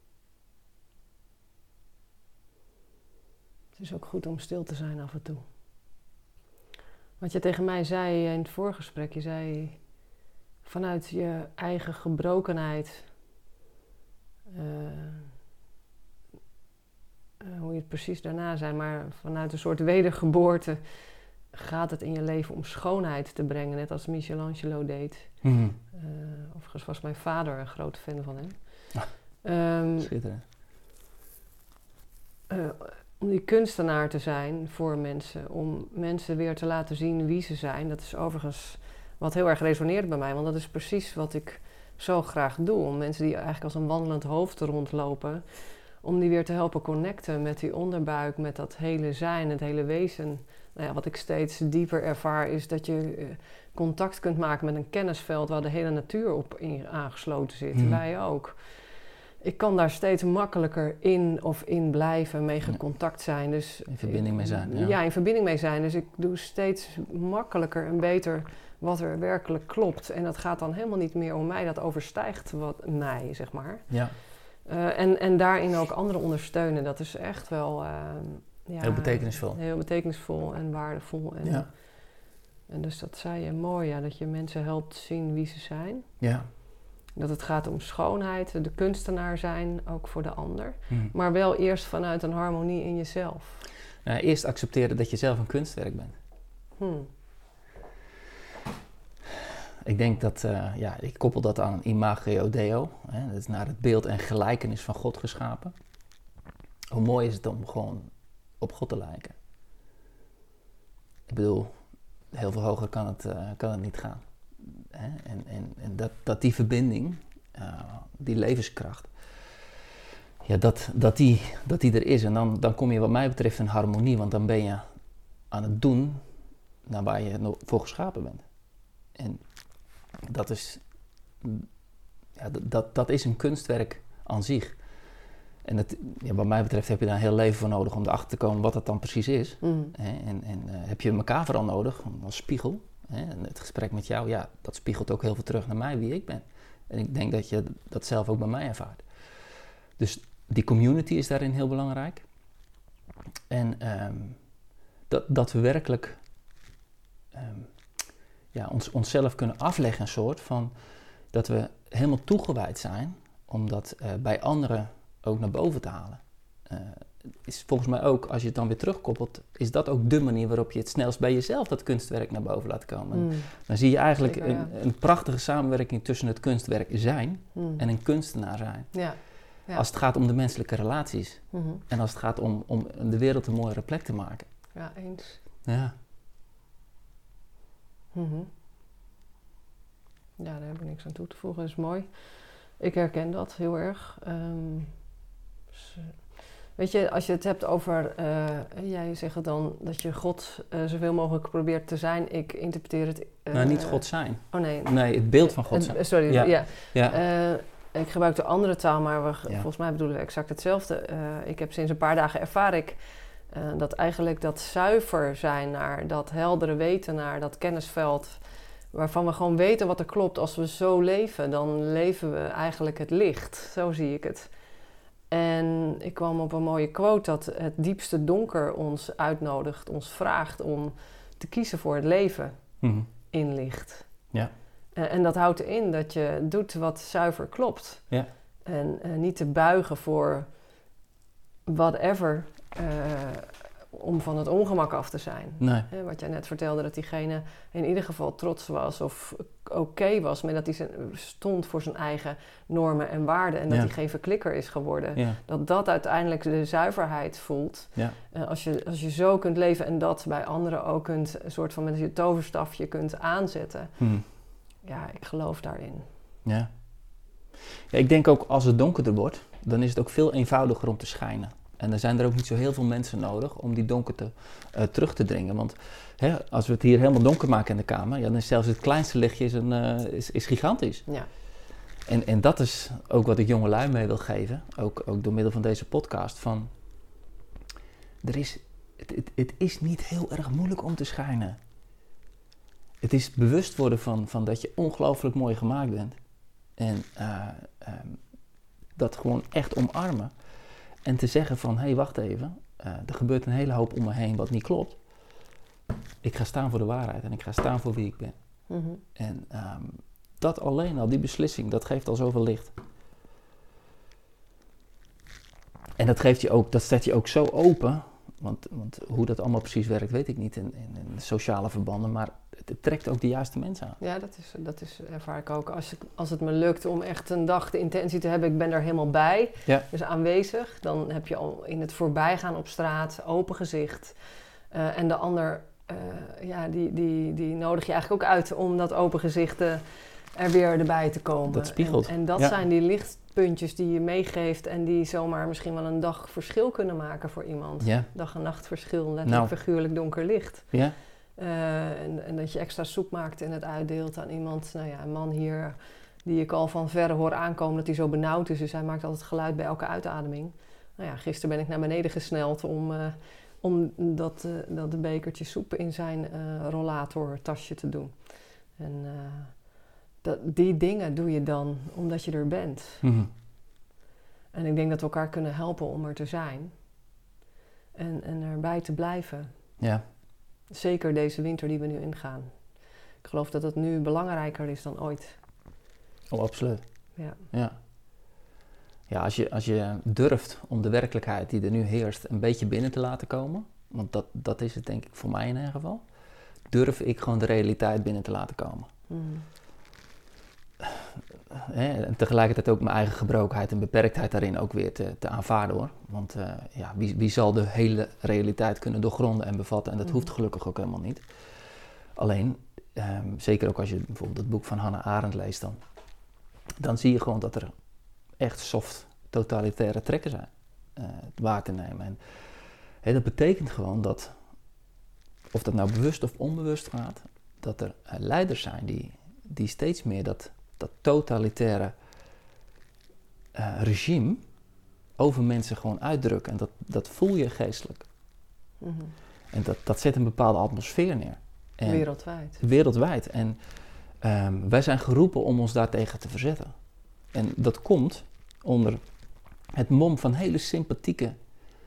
het is ook goed om stil te zijn af en toe. Wat je tegen mij zei in het voorgesprek, je zei vanuit je eigen gebrokenheid uh, uh, hoe je het precies daarna zijn, maar vanuit een soort wedergeboorte gaat het in je leven om schoonheid te brengen, net als Michelangelo deed. Mm-hmm. Uh, overigens was mijn vader een grote fan van hem. Ah, um, schitterend. Uh, om die kunstenaar te zijn voor mensen, om mensen weer te laten zien wie ze zijn. Dat is overigens wat heel erg resoneert bij mij, want dat is precies wat ik zo graag doe. Om mensen die eigenlijk als een wandelend hoofd rondlopen, om die weer te helpen connecten met die onderbuik, met dat hele zijn, het hele wezen. Nou ja, wat ik steeds dieper ervaar is dat je uh, contact kunt maken met een kennisveld waar de hele natuur op in, aangesloten zit. Mm. Wij ook. Ik kan daar steeds makkelijker in of in blijven, mee gecontact zijn. Dus in verbinding mee zijn. Ja. ja, in verbinding mee zijn. Dus ik doe steeds makkelijker en beter wat er werkelijk klopt. En dat gaat dan helemaal niet meer om mij. Dat overstijgt wat mij, zeg maar. Ja. Uh, en, en daarin ook anderen ondersteunen. Dat is echt wel... Uh, ja, heel betekenisvol. Heel betekenisvol en waardevol. En, ja. en dus dat zei je mooi, ja, dat je mensen helpt zien wie ze zijn. Ja. Dat het gaat om schoonheid, de kunstenaar zijn, ook voor de ander. Hmm. Maar wel eerst vanuit een harmonie in jezelf. Nou, eerst accepteren dat je zelf een kunstwerk bent. Hmm. Ik denk dat, uh, ja, ik koppel dat aan Imago Deo. Hè, dat is naar het beeld en gelijkenis van God geschapen. Hoe mooi is het om gewoon op God te lijken? Ik bedoel, heel veel hoger kan het, uh, kan het niet gaan. Hè? En, en, en dat, dat die verbinding, uh, die levenskracht, ja, dat, dat, die, dat die er is. En dan, dan kom je wat mij betreft in harmonie, want dan ben je aan het doen naar waar je voor geschapen bent. En dat is, ja, dat, dat is een kunstwerk aan zich. En het, ja, wat mij betreft heb je daar een heel leven voor nodig om erachter te komen wat dat dan precies is. Mm. Hè? En, en uh, heb je elkaar vooral nodig als spiegel. Hè? En het gesprek met jou, ja, dat spiegelt ook heel veel terug naar mij, wie ik ben. En ik denk dat je dat zelf ook bij mij ervaart. Dus die community is daarin heel belangrijk. En um, dat, dat we werkelijk um, ja, ons, onszelf kunnen afleggen, een soort van dat we helemaal toegewijd zijn om dat uh, bij anderen ook naar boven te halen. Uh, is volgens mij ook, als je het dan weer terugkoppelt, is dat ook de manier waarop je het snelst bij jezelf dat kunstwerk naar boven laat komen. Mm. Dan zie je eigenlijk Zeker, ja. een, een prachtige samenwerking tussen het kunstwerk zijn mm. en een kunstenaar zijn. Ja. Ja. Als het gaat om de menselijke relaties. Mm-hmm. En als het gaat om, om de wereld een mooiere plek te maken. Ja, eens. Ja. Mm-hmm. Ja, daar heb ik niks aan toe te voegen. Dat is mooi. Ik herken dat heel erg. Um, dus, weet je, als je het hebt over... Uh, jij zegt dan dat je God uh, zoveel mogelijk probeert te zijn. Ik interpreteer het... Uh, nou, niet God zijn. Oh nee. Nee, het beeld van God zijn. Uh, sorry, ja. ja. ja. Uh, ik gebruik de andere taal, maar we, ja. volgens mij bedoelen we exact hetzelfde. Uh, ik heb sinds een paar dagen ervaar ik uh, dat eigenlijk dat zuiver zijn naar dat heldere weten, naar dat kennisveld, waarvan we gewoon weten wat er klopt. Als we zo leven, dan leven we eigenlijk het licht. Zo zie ik het. En ik kwam op een mooie quote dat het diepste donker ons uitnodigt, ons vraagt om te kiezen voor het leven mm-hmm. in licht. Ja. Uh, en dat houdt in dat je doet wat zuiver klopt. Ja. En uh, niet te buigen voor whatever uh, om van het ongemak af te zijn. Nee. Uh, wat jij net vertelde, dat diegene in ieder geval trots was of oké okay was, maar dat hij stond voor zijn eigen normen en waarden en dat ja. hij geen verklikker is geworden. Ja. Dat dat uiteindelijk de zuiverheid voelt. Ja. Uh, als je, als je zo kunt leven en dat bij anderen ook kunt, een soort van met je toverstafje kunt aanzetten. Hmm. Ja, ik geloof daarin. Ja. Ja, ik denk ook als het donkerder wordt, dan is het ook veel eenvoudiger om te schijnen. En er zijn er ook niet zo heel veel mensen nodig om die donkerte uh, terug te dringen. Want hè, als we het hier helemaal donker maken in de kamer, ja, dan is zelfs het kleinste lichtje is, een, uh, is, is gigantisch. Ja. En, en dat is ook wat ik jonge lui mee wil geven, ook, ook door middel van deze podcast. Van, er is, het, het, het is niet heel erg moeilijk om te schijnen. Het is bewust worden van, van dat je ongelooflijk mooi gemaakt bent. En uh, um, dat gewoon echt omarmen. En te zeggen van, hé, hey, wacht even. Uh, er gebeurt een hele hoop om me heen wat niet klopt. Ik ga staan voor de waarheid en ik ga staan voor wie ik ben. Mm-hmm. En um, dat alleen al, die beslissing, dat geeft al zoveel licht. En dat geeft je ook, dat zet je ook zo open. Want, want hoe dat allemaal precies werkt, weet ik niet in, in, in sociale verbanden. Maar het, het trekt ook de juiste mensen aan. Ja, dat, is, dat is, ervaar ik ook. Als het, als het me lukt om echt een dag de intentie te hebben, ik ben er helemaal bij. Ja. Dus aanwezig. Dan heb je al in het voorbijgaan op straat, open gezicht. Uh, en de ander, uh, ja, die, die, die nodig je eigenlijk ook uit om dat open gezicht uh, er weer erbij te komen. Dat spiegelt. En, en dat ja. zijn die lichtpuntjes die je meegeeft en die zomaar misschien wel een dag verschil kunnen maken voor iemand. Ja. Dag en nacht verschil, letterlijk Nou. figuurlijk donker licht. Ja. Uh, en, en dat je extra soep maakt en het uitdeelt aan iemand. Nou ja, een man hier die ik al van verre hoor aankomen dat hij zo benauwd is. Dus hij maakt altijd geluid bij elke uitademing. Nou ja, gisteren ben ik naar beneden gesneld om, uh, om dat, uh, dat de bekertje soep in zijn uh, rollatortasje te doen. En uh, dat, die dingen doe je dan omdat je er bent. Mm-hmm. En ik denk dat we elkaar kunnen helpen om er te zijn. En, en erbij te blijven. Ja. Zeker deze winter die we nu ingaan. Ik geloof dat het nu belangrijker is dan ooit. Oh, absoluut. Ja. Ja, ja als, je, als je durft om de werkelijkheid die er nu heerst een beetje binnen te laten komen. Want dat, dat is het denk ik voor mij in ieder geval. Durf ik gewoon de realiteit binnen te laten komen. Mm. Hè, en tegelijkertijd ook mijn eigen gebrokenheid en beperktheid daarin ook weer te, te aanvaarden hoor. Want uh, ja, wie, wie zal de hele realiteit kunnen doorgronden en bevatten? En dat Mm. hoeft gelukkig ook helemaal niet. Alleen, um, zeker ook als je bijvoorbeeld het boek van Hannah Arendt leest dan. Dan zie je gewoon dat er echt soft totalitaire trekken zijn. Uh, waar te nemen. En hè, dat betekent gewoon dat, of dat nou bewust of onbewust gaat, dat er uh, leiders zijn die, die steeds meer dat... dat totalitaire uh, regime over mensen gewoon uitdrukken. En dat, dat voel je geestelijk. Mm-hmm. En dat, dat zet een bepaalde atmosfeer neer. En Wereldwijd. Wereldwijd. En um, wij zijn geroepen om ons daartegen te verzetten. En dat komt onder het mom van hele sympathieke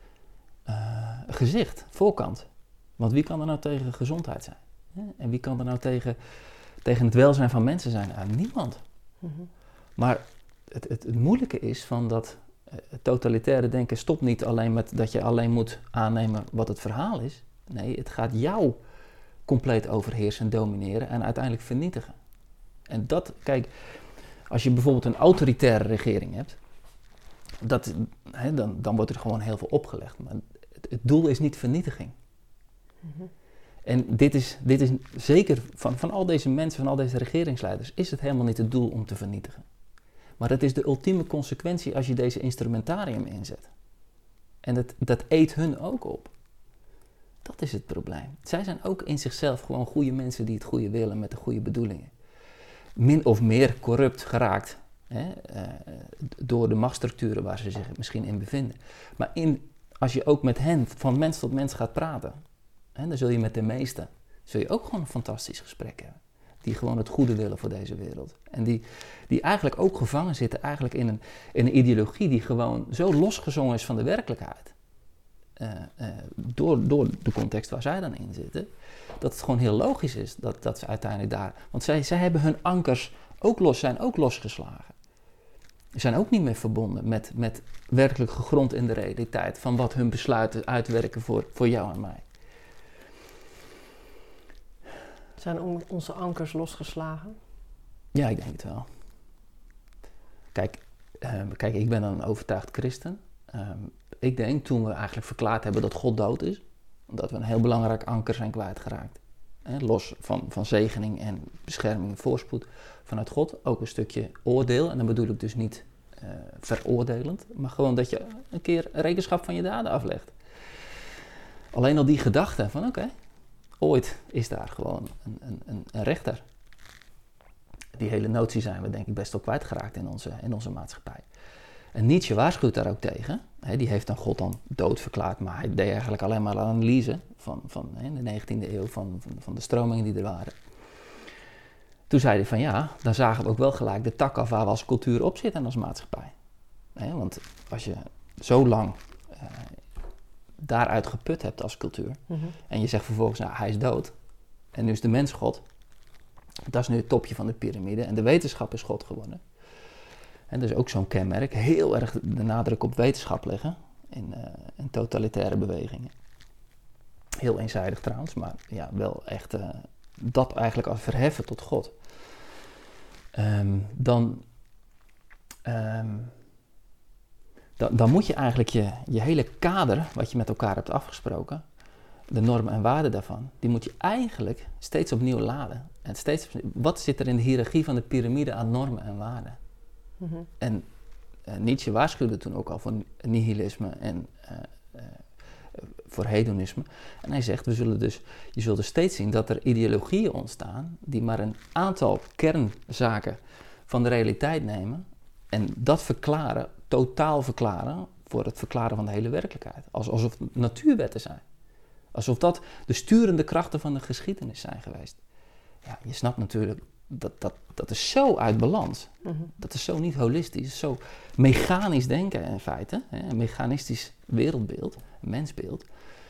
uh, gezicht, voorkant. Want wie kan er nou tegen gezondheid zijn? Ja? En wie kan er nou tegen... tegen het welzijn van mensen zijn? Uh, niemand. Mm-hmm. Maar het, het, het moeilijke is van dat uh, totalitaire denken stopt niet alleen met dat je alleen moet aannemen wat het verhaal is. Nee, het gaat jou compleet overheersen en domineren en uiteindelijk vernietigen. En dat, kijk, als je bijvoorbeeld een autoritaire regering hebt, dat, hè, dan, dan wordt er gewoon heel veel opgelegd. Maar het, het doel is niet vernietiging. Mm-hmm. En dit is, dit is zeker van, van al deze mensen, van al deze regeringsleiders, is het helemaal niet het doel om te vernietigen. Maar het is de ultieme consequentie als je deze instrumentarium inzet. En dat, dat eet hun ook op. Dat is het probleem. Zij zijn ook in zichzelf gewoon goede mensen die het goede willen met de goede bedoelingen. Min of meer corrupt geraakt hè, uh, door de machtsstructuren waar ze zich misschien in bevinden. Maar in, als je ook met hen van mens tot mens gaat praten, hè, dan zul je met de meesten zul je ook gewoon een fantastisch gesprek hebben. Die gewoon het goede willen voor deze wereld. En die, die eigenlijk ook gevangen zitten eigenlijk in een, in een ideologie die gewoon zo losgezongen is van de werkelijkheid. Uh, uh, door, door de context waar zij dan in zitten. Dat het gewoon heel logisch is dat, dat ze uiteindelijk daar... Want zij, zij hebben hun ankers ook los, zijn ook losgeslagen. Ze zijn ook niet meer verbonden met, met werkelijk gegrond in de realiteit van wat hun besluiten uitwerken voor, voor jou en mij. Zijn on- onze ankers losgeslagen? Ja, ik denk het wel. Kijk, uh, kijk ik ben een overtuigd christen. Um, ik denk toen we eigenlijk verklaard hebben dat God dood is, dat we een heel belangrijk anker zijn kwijtgeraakt. He, los van, van zegening en bescherming en voorspoed vanuit God. Ook een stukje oordeel. En dan bedoel ik dus niet uh, veroordelend, maar gewoon dat je een keer rekenschap van je daden aflegt. Alleen al die gedachte van oké, okay, ooit is daar gewoon een, een, een, een rechter. Die hele notie zijn we denk ik best wel kwijtgeraakt in onze, in onze maatschappij. En Nietzsche waarschuwt daar ook tegen. He, die heeft dan God dan dood verklaard, maar hij deed eigenlijk alleen maar een analyse van, van he, de negentiende eeuw, van, van, van de stromingen die er waren. Toen zei hij van ja, dan zagen we ook wel gelijk de tak af waar we als cultuur op zitten en als maatschappij. He, want als je zo lang uh, daaruit geput hebt als cultuur, mm-hmm. en je zegt vervolgens, nou hij is dood, en nu is de mens God, dat is nu het topje van de piramide en de wetenschap is God geworden. En dus ook zo'n kenmerk, heel erg de nadruk op wetenschap leggen. in, uh, in totalitaire bewegingen. Heel eenzijdig trouwens, maar ja, wel echt uh, dat eigenlijk als verheffen tot God. Um, dan, um, dan, dan moet je eigenlijk je, je hele kader, wat je met elkaar hebt afgesproken, de normen en waarden daarvan, die moet je eigenlijk steeds opnieuw laden. En steeds, wat zit er in de hiërarchie van de piramide aan normen en waarden? Mm-hmm. En uh, Nietzsche waarschuwde toen ook al voor nihilisme en uh, uh, voor hedonisme. En hij zegt, we zullen dus, je zult dus steeds zien dat er ideologieën ontstaan die maar een aantal kernzaken van de realiteit nemen en dat verklaren, totaal verklaren, voor het verklaren van de hele werkelijkheid. Alsof het natuurwetten zijn. Alsof dat de sturende krachten van de geschiedenis zijn geweest. Ja, je snapt natuurlijk, dat, dat, dat is zo uit balans. Mm-hmm. Dat is zo niet holistisch, zo mechanisch denken in feite. Hè, een mechanistisch wereldbeeld, een mensbeeld.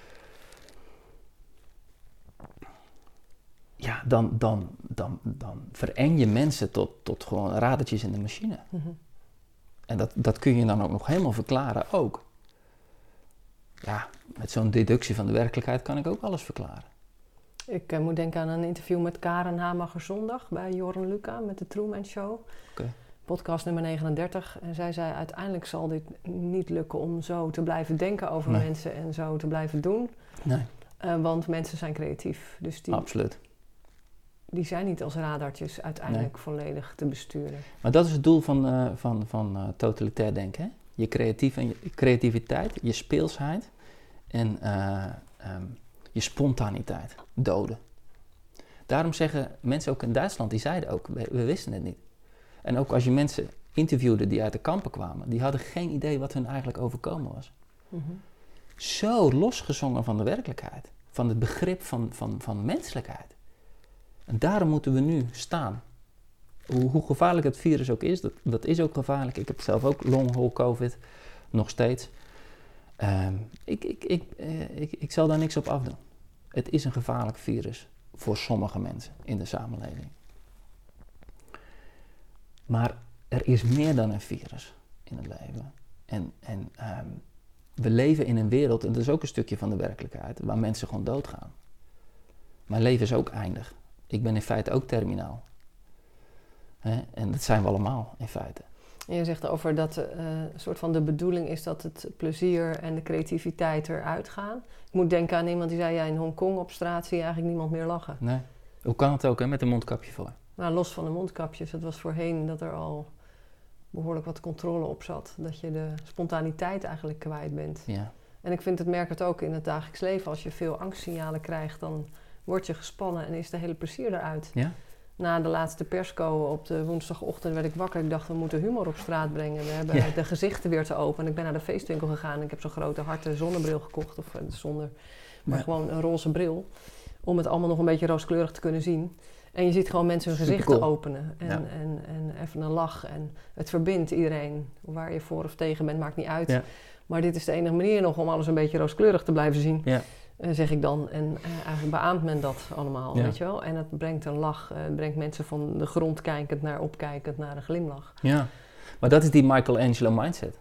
Ja, dan, dan, dan, dan vereng je mensen tot, tot gewoon radertjes in de machine. Mm-hmm. En dat, dat kun je dan ook nog helemaal verklaren ook. Ja, met zo'n deductie van de werkelijkheid kan ik ook alles verklaren. Ik uh, moet denken aan een interview met Karen Hamager zondag bij Joren Luca met de Truman Show. Okay. Podcast nummer negenendertig. En zij zei, uiteindelijk zal dit niet lukken om zo te blijven denken over nee. mensen en zo te blijven doen. Nee. Uh, want mensen zijn creatief. Dus die, Absoluut. Die zijn niet als radartjes uiteindelijk nee. volledig te besturen. Maar dat is het doel van, uh, van, van uh, totalitair denken. Hè? Je, creatief en je creativiteit, je speelsheid en uh, um, je spontaniteit doden. Daarom zeggen mensen ook in Duitsland, die zeiden ook, we, we wisten het niet. En ook als je mensen interviewde die uit de kampen kwamen, die hadden geen idee wat hun eigenlijk overkomen was. Mm-hmm. Zo losgezongen van de werkelijkheid, van het begrip van, van, van menselijkheid. En daarom moeten we nu staan. Hoe, hoe gevaarlijk het virus ook is, dat, dat is ook gevaarlijk. Ik heb zelf ook long-haul covid, nog steeds. Um, ik, ik, ik, uh, ik, ik zal daar niks op afdoen. Het is een gevaarlijk virus voor sommige mensen in de samenleving. Maar er is meer dan een virus in het leven. En, en um, we leven in een wereld, en dat is ook een stukje van de werkelijkheid, waar mensen gewoon doodgaan. Mijn leven is ook eindig. Ik ben in feite ook terminaal. He? En dat zijn we allemaal in feite. En je zegt over dat uh, soort van de bedoeling is dat het plezier en de creativiteit eruit gaan. Ik moet denken aan iemand die zei, ja, in Hongkong op straat zie je eigenlijk niemand meer lachen. Nee. Hoe kan het ook, hè, met een mondkapje voor? Nou, los van de mondkapjes. Het was voorheen dat er al behoorlijk wat controle op zat. Dat je de spontaniteit eigenlijk kwijt bent. Ja. En ik vind het, merk het ook in het dagelijks leven. Als je veel angstsignalen krijgt, dan word je gespannen en is de hele plezier eruit. Ja? Na de laatste persco op de woensdagochtend werd ik wakker. Ik dacht, we moeten humor op straat brengen. We hebben ja. de gezichten weer te open. En ik ben naar de feestwinkel gegaan. En ik heb zo'n grote harde zonnebril gekocht. Of zonder, maar ja. gewoon een roze bril. Om het allemaal nog een beetje rooskleurig te kunnen zien. En je ziet gewoon mensen hun gezichten cool. openen. En, ja. en, en even een lach. En het verbindt iedereen. Waar je voor of tegen bent, maakt niet uit. Ja. Maar dit is de enige manier nog om alles een beetje rooskleurig te blijven zien. Ja. Uh, zeg ik dan. En uh, eigenlijk beaamt men dat allemaal, ja. weet je wel. En het brengt een lach. Het uh, brengt mensen van de grond kijkend naar opkijkend naar een glimlach. Ja, maar dat is die Michelangelo mindset.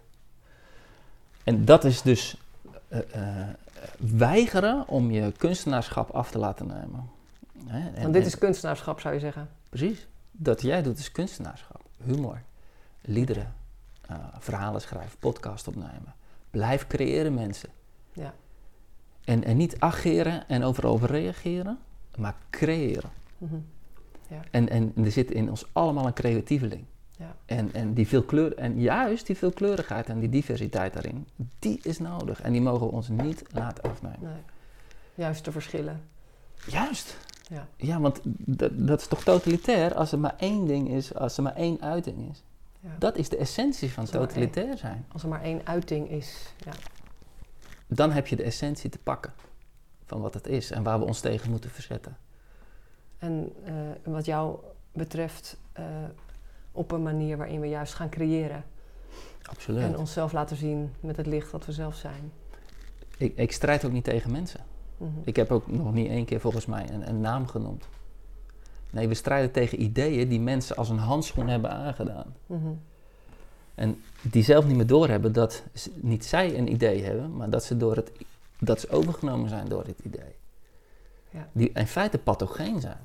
En dat is dus uh, uh, weigeren om je kunstenaarschap af te laten nemen. Hè? En, Want dit is kunstenaarschap, zou je zeggen? Precies. Dat jij doet is kunstenaarschap. Humor, liederen, uh, verhalen schrijven, podcast opnemen. Blijf creëren, mensen. Ja. En, en niet ageren en overal reageren, maar creëren. Mm-hmm. Ja. En, en er zit in ons allemaal een creatieveling. Ja. En, en, die veelkleur, en juist die veelkleurigheid en die diversiteit daarin, die is nodig. En die mogen we ons niet laten afnemen. Nee. Juist de verschillen. Juist. Ja, ja want d- dat is toch totalitair als er maar één ding is, als er maar één uiting is. Ja. Dat is de essentie van totalitair één, zijn. Als er maar één uiting is, ja. Dan heb je de essentie te pakken van wat het is en waar we ons tegen moeten verzetten. En uh, wat jou betreft uh, op een manier waarin we juist gaan creëren. Absoluut. En onszelf laten zien met het licht wat we zelf zijn. Ik, ik strijd ook niet tegen mensen. Mm-hmm. Ik heb ook nog niet één keer volgens mij een, een naam genoemd. Nee, we strijden tegen ideeën die mensen als een handschoen hebben aangedaan. Mm-hmm. En die zelf niet meer doorhebben dat z- niet zij een idee hebben, maar dat ze, door het, dat ze overgenomen zijn door dit idee. Ja. Die in feite pathogeen zijn.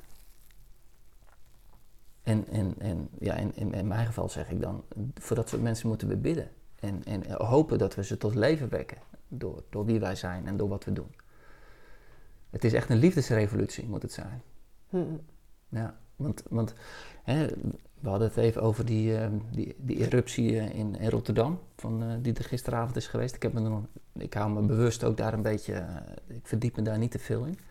En, en, en ja, in, in, in mijn geval zeg ik dan, voor dat soort mensen moeten we bidden. En, en hopen dat we ze tot leven wekken. Door, door wie wij zijn en door wat we doen. Het is echt een liefdesrevolutie, moet het zijn. Mm. Ja, want, want hè, we hadden het even over die, uh, die, die eruptie uh, in, in Rotterdam, van, uh, die er gisteravond is geweest. Ik, heb me er nog, ik hou me bewust ook daar een beetje, uh, ik verdiep me daar niet te veel in.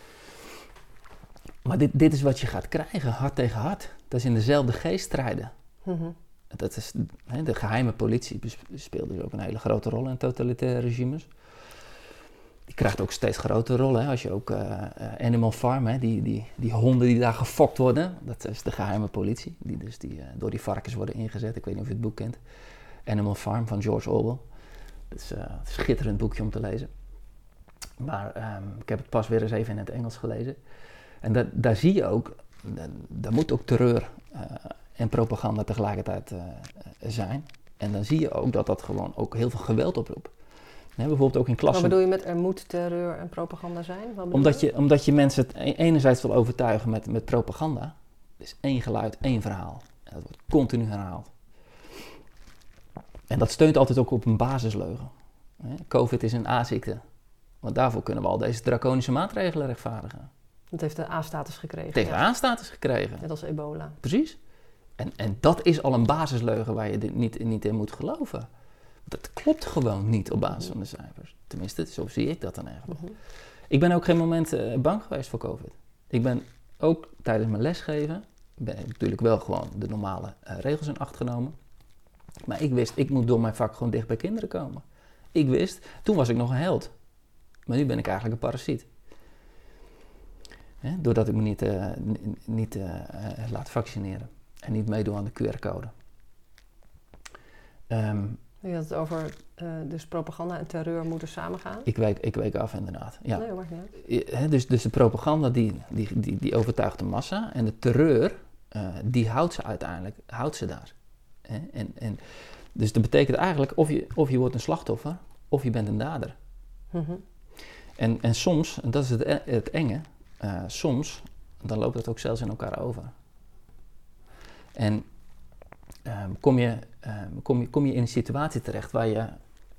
Maar dit, dit is wat je gaat krijgen, hart tegen hart. Dat is in dezelfde geest strijden. Mm-hmm. Dat is, hè, de geheime politie speelt dus ook een hele grote rol in totalitaire regimes. Die krijgt ook steeds grotere rol. Hè? Als je ook uh, uh, Animal Farm, hè? Die, die, die honden die daar gefokt worden, dat is de geheime politie. Die dus die, uh, door die varkens worden ingezet. Ik weet niet of je het boek kent. Animal Farm van George Orwell. Dat is uh, een schitterend boekje om te lezen. Maar um, ik heb het pas weer eens even in het Engels gelezen. En dat, daar zie je ook, dat, daar moet ook terreur uh, en propaganda tegelijkertijd uh, zijn. En dan zie je ook dat dat gewoon ook heel veel geweld oproept. Nee, bijvoorbeeld ook in klassen. Wat bedoel je met er moet terreur en propaganda zijn? Wat Omdat je, omdat je mensen het enerzijds wil overtuigen met, met propaganda. Dus één geluid, één verhaal. En dat wordt continu herhaald. En dat steunt altijd ook op een basisleugen. Covid is een A-ziekte. Want daarvoor kunnen we al deze draconische maatregelen rechtvaardigen. Het heeft een A-status gekregen. Het heeft ja. een A-status gekregen. Net als ebola. Precies. En, en dat is al een basisleugen waar je niet, niet in moet geloven. Dat klopt gewoon niet op basis van de cijfers. Tenminste, zo zie ik dat dan eigenlijk. Mm-hmm. Ik ben ook geen moment uh, bang geweest voor COVID. Ik ben ook tijdens mijn lesgeven, ben ik natuurlijk wel gewoon de normale uh, regels in acht genomen. Maar ik wist, ik moet door mijn vak gewoon dicht bij kinderen komen. Ik wist, toen was ik nog een held. Maar nu ben ik eigenlijk een parasiet. Hè? Doordat ik me niet, uh, n- niet uh, uh, laat vaccineren. En niet meedoe aan de Q R-code. Um, Je had het over, uh, dus propaganda en terreur moeten samengaan. Ik week, ik week af inderdaad. Ja. Nee, maakt niet uit. He, dus, dus de propaganda die, die, die, die overtuigt de massa. En de terreur, uh, die houdt ze uiteindelijk, houdt ze daar. He, en, en, dus dat betekent eigenlijk of je, of je wordt een slachtoffer, of je bent een dader. Mm-hmm. En, en soms, en dat is het, het enge, uh, soms, dan loopt het ook zelfs in elkaar over. En um, kom, je, um, kom, je, kom je in een situatie terecht waar je...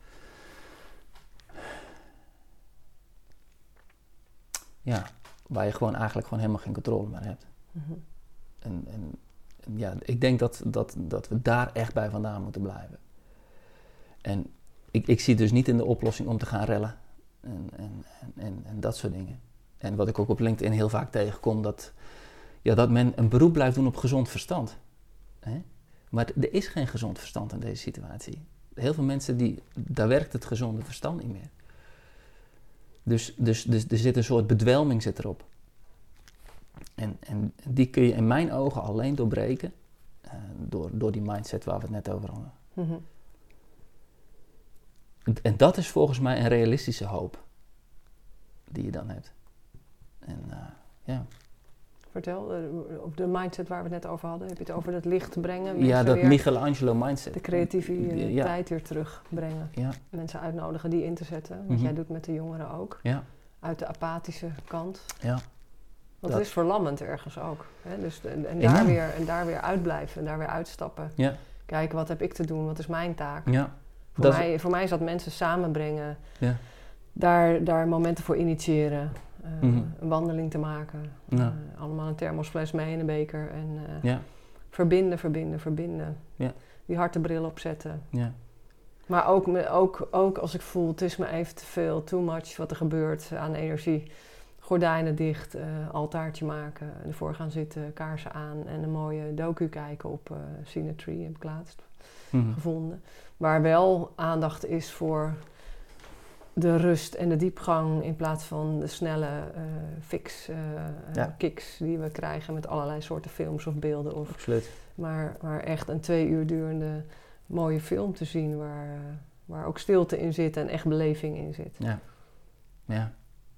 Ja, waar je gewoon eigenlijk gewoon helemaal geen controle meer hebt. Mm-hmm. En, en, en ja, ik denk dat, dat, dat we daar echt bij vandaan moeten blijven. En ik, ik zie dus niet in de oplossing om te gaan rellen. En, en, en, en dat soort dingen. En wat ik ook op LinkedIn heel vaak tegenkom, dat, ja, dat men een beroep blijft doen op gezond verstand. Hè? Maar t- er is geen gezond verstand in deze situatie. Heel veel mensen, die, daar werkt het gezonde verstand niet meer. Dus, dus, dus er zit een soort bedwelming zit erop. En, en die kun je in mijn ogen alleen doorbreken uh, door, door die mindset waar we het net over hadden. Mm-hmm. En, en dat is volgens mij een realistische hoop die je dan hebt. En uh, ja. Vertel, uh, op de mindset waar we het net over hadden, heb je het over het licht brengen? Ja, mensen dat weer Michelangelo mindset. de creativiteit Ja. weer terugbrengen. Ja, Mensen uitnodigen die in te zetten. Wat Mhm. jij doet met de jongeren ook. ja, Uit de apathische kant. ja. Want Dat- het is verlammend ergens ook. Hè? Dus de- en, en, Enorm. daar weer, en daar weer uitblijven en daar weer uitstappen. Ja, Kijken, wat heb ik te doen? Wat is mijn taak? ja. Voor, Dat is- mij, voor mij is dat mensen samenbrengen. Ja. Daar, daar momenten voor initiëren. Uh, Mhm. Een wandeling te maken. Ja. Uh, allemaal een thermosfles mee in een beker. En uh, Ja, verbinden, verbinden, verbinden. Ja. Die hartenbril opzetten. ja, Maar ook, me- ook, ook als ik voel, het is me even te veel, too much wat er gebeurt aan energie. Gordijnen dicht, uh, altaartje maken, ervoor gaan zitten, kaarsen aan en een mooie docu kijken op uh, Cinetree, heb ik laatst mhm. gevonden. Waar wel aandacht is voor de rust en de diepgang in plaats van de snelle uh, fix uh, Ja. kicks die we krijgen met allerlei soorten films of beelden. Of, Absoluut. maar, maar echt een twee uur durende mooie film te zien waar, uh, waar ook stilte in zit en echt beleving in zit. Ja, ja.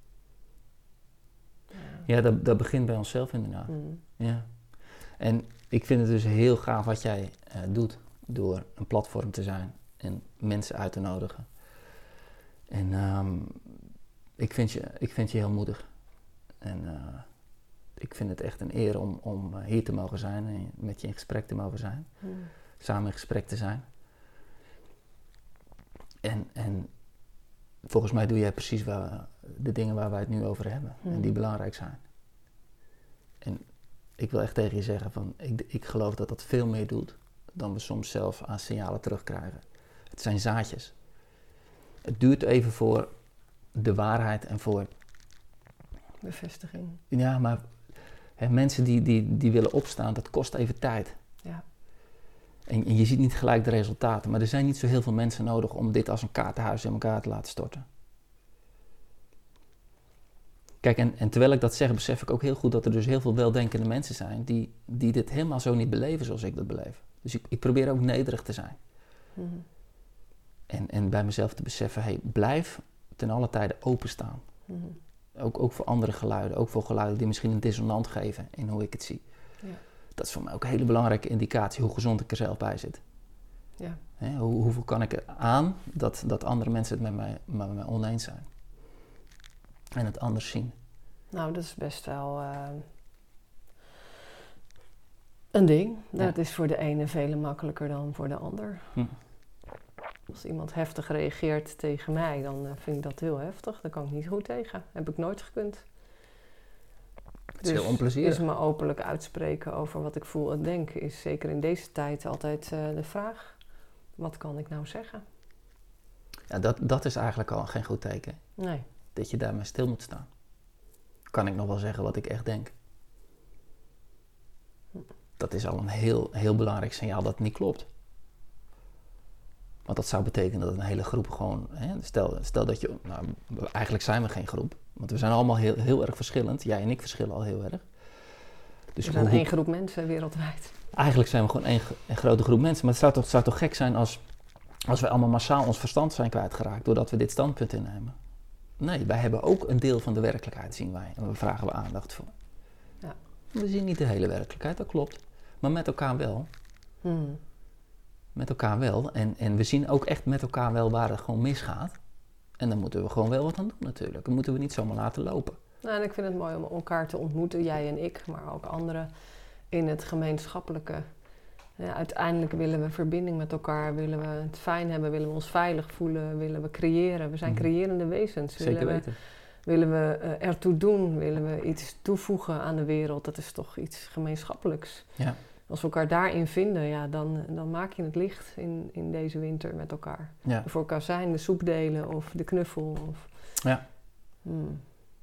Ja, dat, dat begint bij onszelf inderdaad. Mm. Ja. En ik vind het dus heel gaaf wat jij uh, doet. door een platform te zijn en mensen uit te nodigen. En um, ik, vind je, ik vind je heel moedig. En uh, ik vind het echt een eer om, om hier te mogen zijn en met je in gesprek te mogen zijn. Mm. Samen in gesprek te zijn. En, en volgens mij doe jij precies waar, de dingen waar wij het nu over hebben. Mm. En die belangrijk zijn. En ik wil echt tegen je zeggen, van, ik, ik geloof dat dat veel meer doet dan we soms zelf aan signalen terugkrijgen. Het zijn zaadjes. Het duurt even voor de waarheid en voor... bevestiging. Ja, maar hè, mensen die, die, die willen opstaan, dat kost even tijd. Ja. En, en je ziet niet gelijk de resultaten. Maar er zijn niet zo heel veel mensen nodig om dit als een kaartenhuis in elkaar te laten storten. Kijk, en, en terwijl ik dat zeg, besef ik ook heel goed dat er dus heel veel weldenkende mensen zijn die, die dit helemaal zo niet beleven zoals ik dat beleef. Dus ik, ik probeer ook nederig te zijn. Mm-hmm. En, en bij mezelf te beseffen, hey, blijf ten alle tijde openstaan. Mm-hmm. Ook, ook voor andere geluiden, ook voor geluiden die misschien een dissonant geven in hoe ik het zie. Ja. Dat is voor mij ook een hele belangrijke indicatie hoe gezond ik er zelf bij zit. Ja. He, hoe, hoeveel kan ik er aan dat, dat andere mensen het met mij, met mij oneens zijn. En het anders zien. Nou, dat is best wel uh, een ding. Ja. Dat is voor de ene veel makkelijker dan voor de ander. Hm. Als iemand heftig reageert tegen mij, dan uh, vind ik dat heel heftig. Daar kan ik niet goed tegen. Heb ik nooit gekund. Het is dus heel onplezierig. Dus me openlijk uitspreken over wat ik voel en denk is zeker in deze tijd altijd uh, de vraag. Wat kan ik nou zeggen? Ja, dat, dat is eigenlijk al geen goed teken. Nee. Dat je daarmee stil moet staan. Kan ik nog wel zeggen wat ik echt denk? Dat is al een heel, heel belangrijk signaal dat het niet klopt. Want dat zou betekenen dat een hele groep gewoon... Hè, stel, stel dat je... Nou, eigenlijk zijn we geen groep. Want we zijn allemaal heel, heel erg verschillend. Jij en ik verschillen al heel erg. Dus we zijn hoe, één groep mensen wereldwijd. Eigenlijk zijn we gewoon één, één grote groep mensen. Maar het zou toch, het zou toch gek zijn als, als we allemaal massaal ons verstand zijn kwijtgeraakt... doordat we dit standpunt innemen. Nee, wij hebben ook een deel van de werkelijkheid, zien wij. En daar vragen we aandacht voor. Ja. We zien niet de hele werkelijkheid, dat klopt. Maar met elkaar wel. Hmm. Met elkaar wel. En, en we zien ook echt met elkaar wel waar het gewoon misgaat. En dan moeten we gewoon wel wat aan doen natuurlijk. Dat moeten we niet zomaar laten lopen. Nou, en ik vind het mooi om elkaar te ontmoeten, jij en ik, maar ook anderen, in het gemeenschappelijke. Ja, uiteindelijk willen we verbinding met elkaar, willen we het fijn hebben, willen we ons veilig voelen, willen we creëren. We zijn creërende wezens. Zeker willen weten. We, willen we uh, ertoe doen, willen we iets toevoegen aan de wereld. Dat is toch iets gemeenschappelijks. Ja. Als we elkaar daarin vinden, ja, dan, dan maak je het licht in, in deze winter met elkaar. Ja. Voor elkaar zijn, de soep delen of de knuffel. Of, ja. Hmm,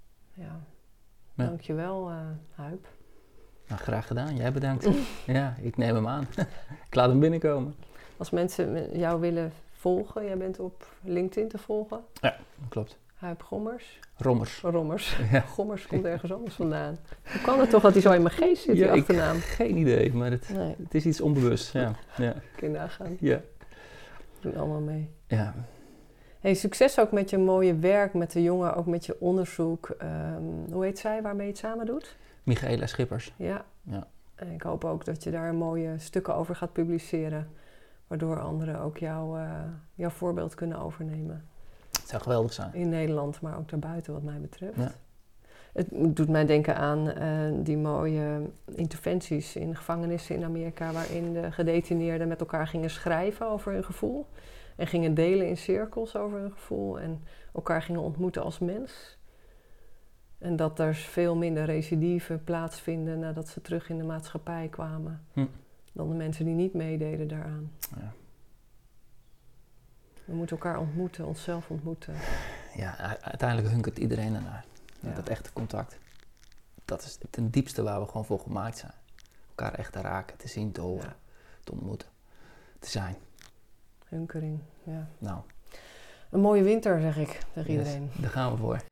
ja. Ja. Dankjewel, uh, Huip. Nou, graag gedaan. Jij bedankt. Ja, ik neem hem aan. Ik laat hem binnenkomen. Als mensen jou willen volgen, jij bent op LinkedIn te volgen. Ja, klopt. Huip Gommers. Rommers. Rommers. Ja. Gommers komt ergens anders vandaan. Hoe kan het toch dat hij zo in mijn geest zit, ja, die achternaam? Ik, geen idee, maar het, nee. het is iets onbewust. Ja. Ja. Kun je nagaan. Ja. Doen allemaal mee. Ja. Hey, succes ook met je mooie werk, met de jongen, ook met je onderzoek. Um, hoe heet zij waarmee je het samen doet? Michaela Schippers. Ja. Ja. En ik hoop ook dat je daar mooie stukken over gaat publiceren. Waardoor anderen ook jou, uh, jouw voorbeeld kunnen overnemen. Het zou geweldig zijn. In Nederland, maar ook daarbuiten wat mij betreft. Ja. Het doet mij denken aan uh, die mooie interventies in gevangenissen in Amerika... waarin de gedetineerden met elkaar gingen schrijven over hun gevoel. En gingen delen in cirkels over hun gevoel. En elkaar gingen ontmoeten als mens. En dat er veel minder recidieven plaatsvinden nadat ze terug in de maatschappij kwamen. Hm. Dan de mensen die niet meededen daaraan. Ja. We moeten elkaar ontmoeten, onszelf ontmoeten. Ja, uiteindelijk hunkert iedereen ernaar. Ja. Dat echte contact. Dat is ten diepste waar we gewoon voor gemaakt zijn. Elkaar echt te raken, te zien, te horen, ja. te ontmoeten, te zijn. Hunkering, ja. Nou. Een mooie winter, zeg ik tegen yes, iedereen. Daar gaan we voor.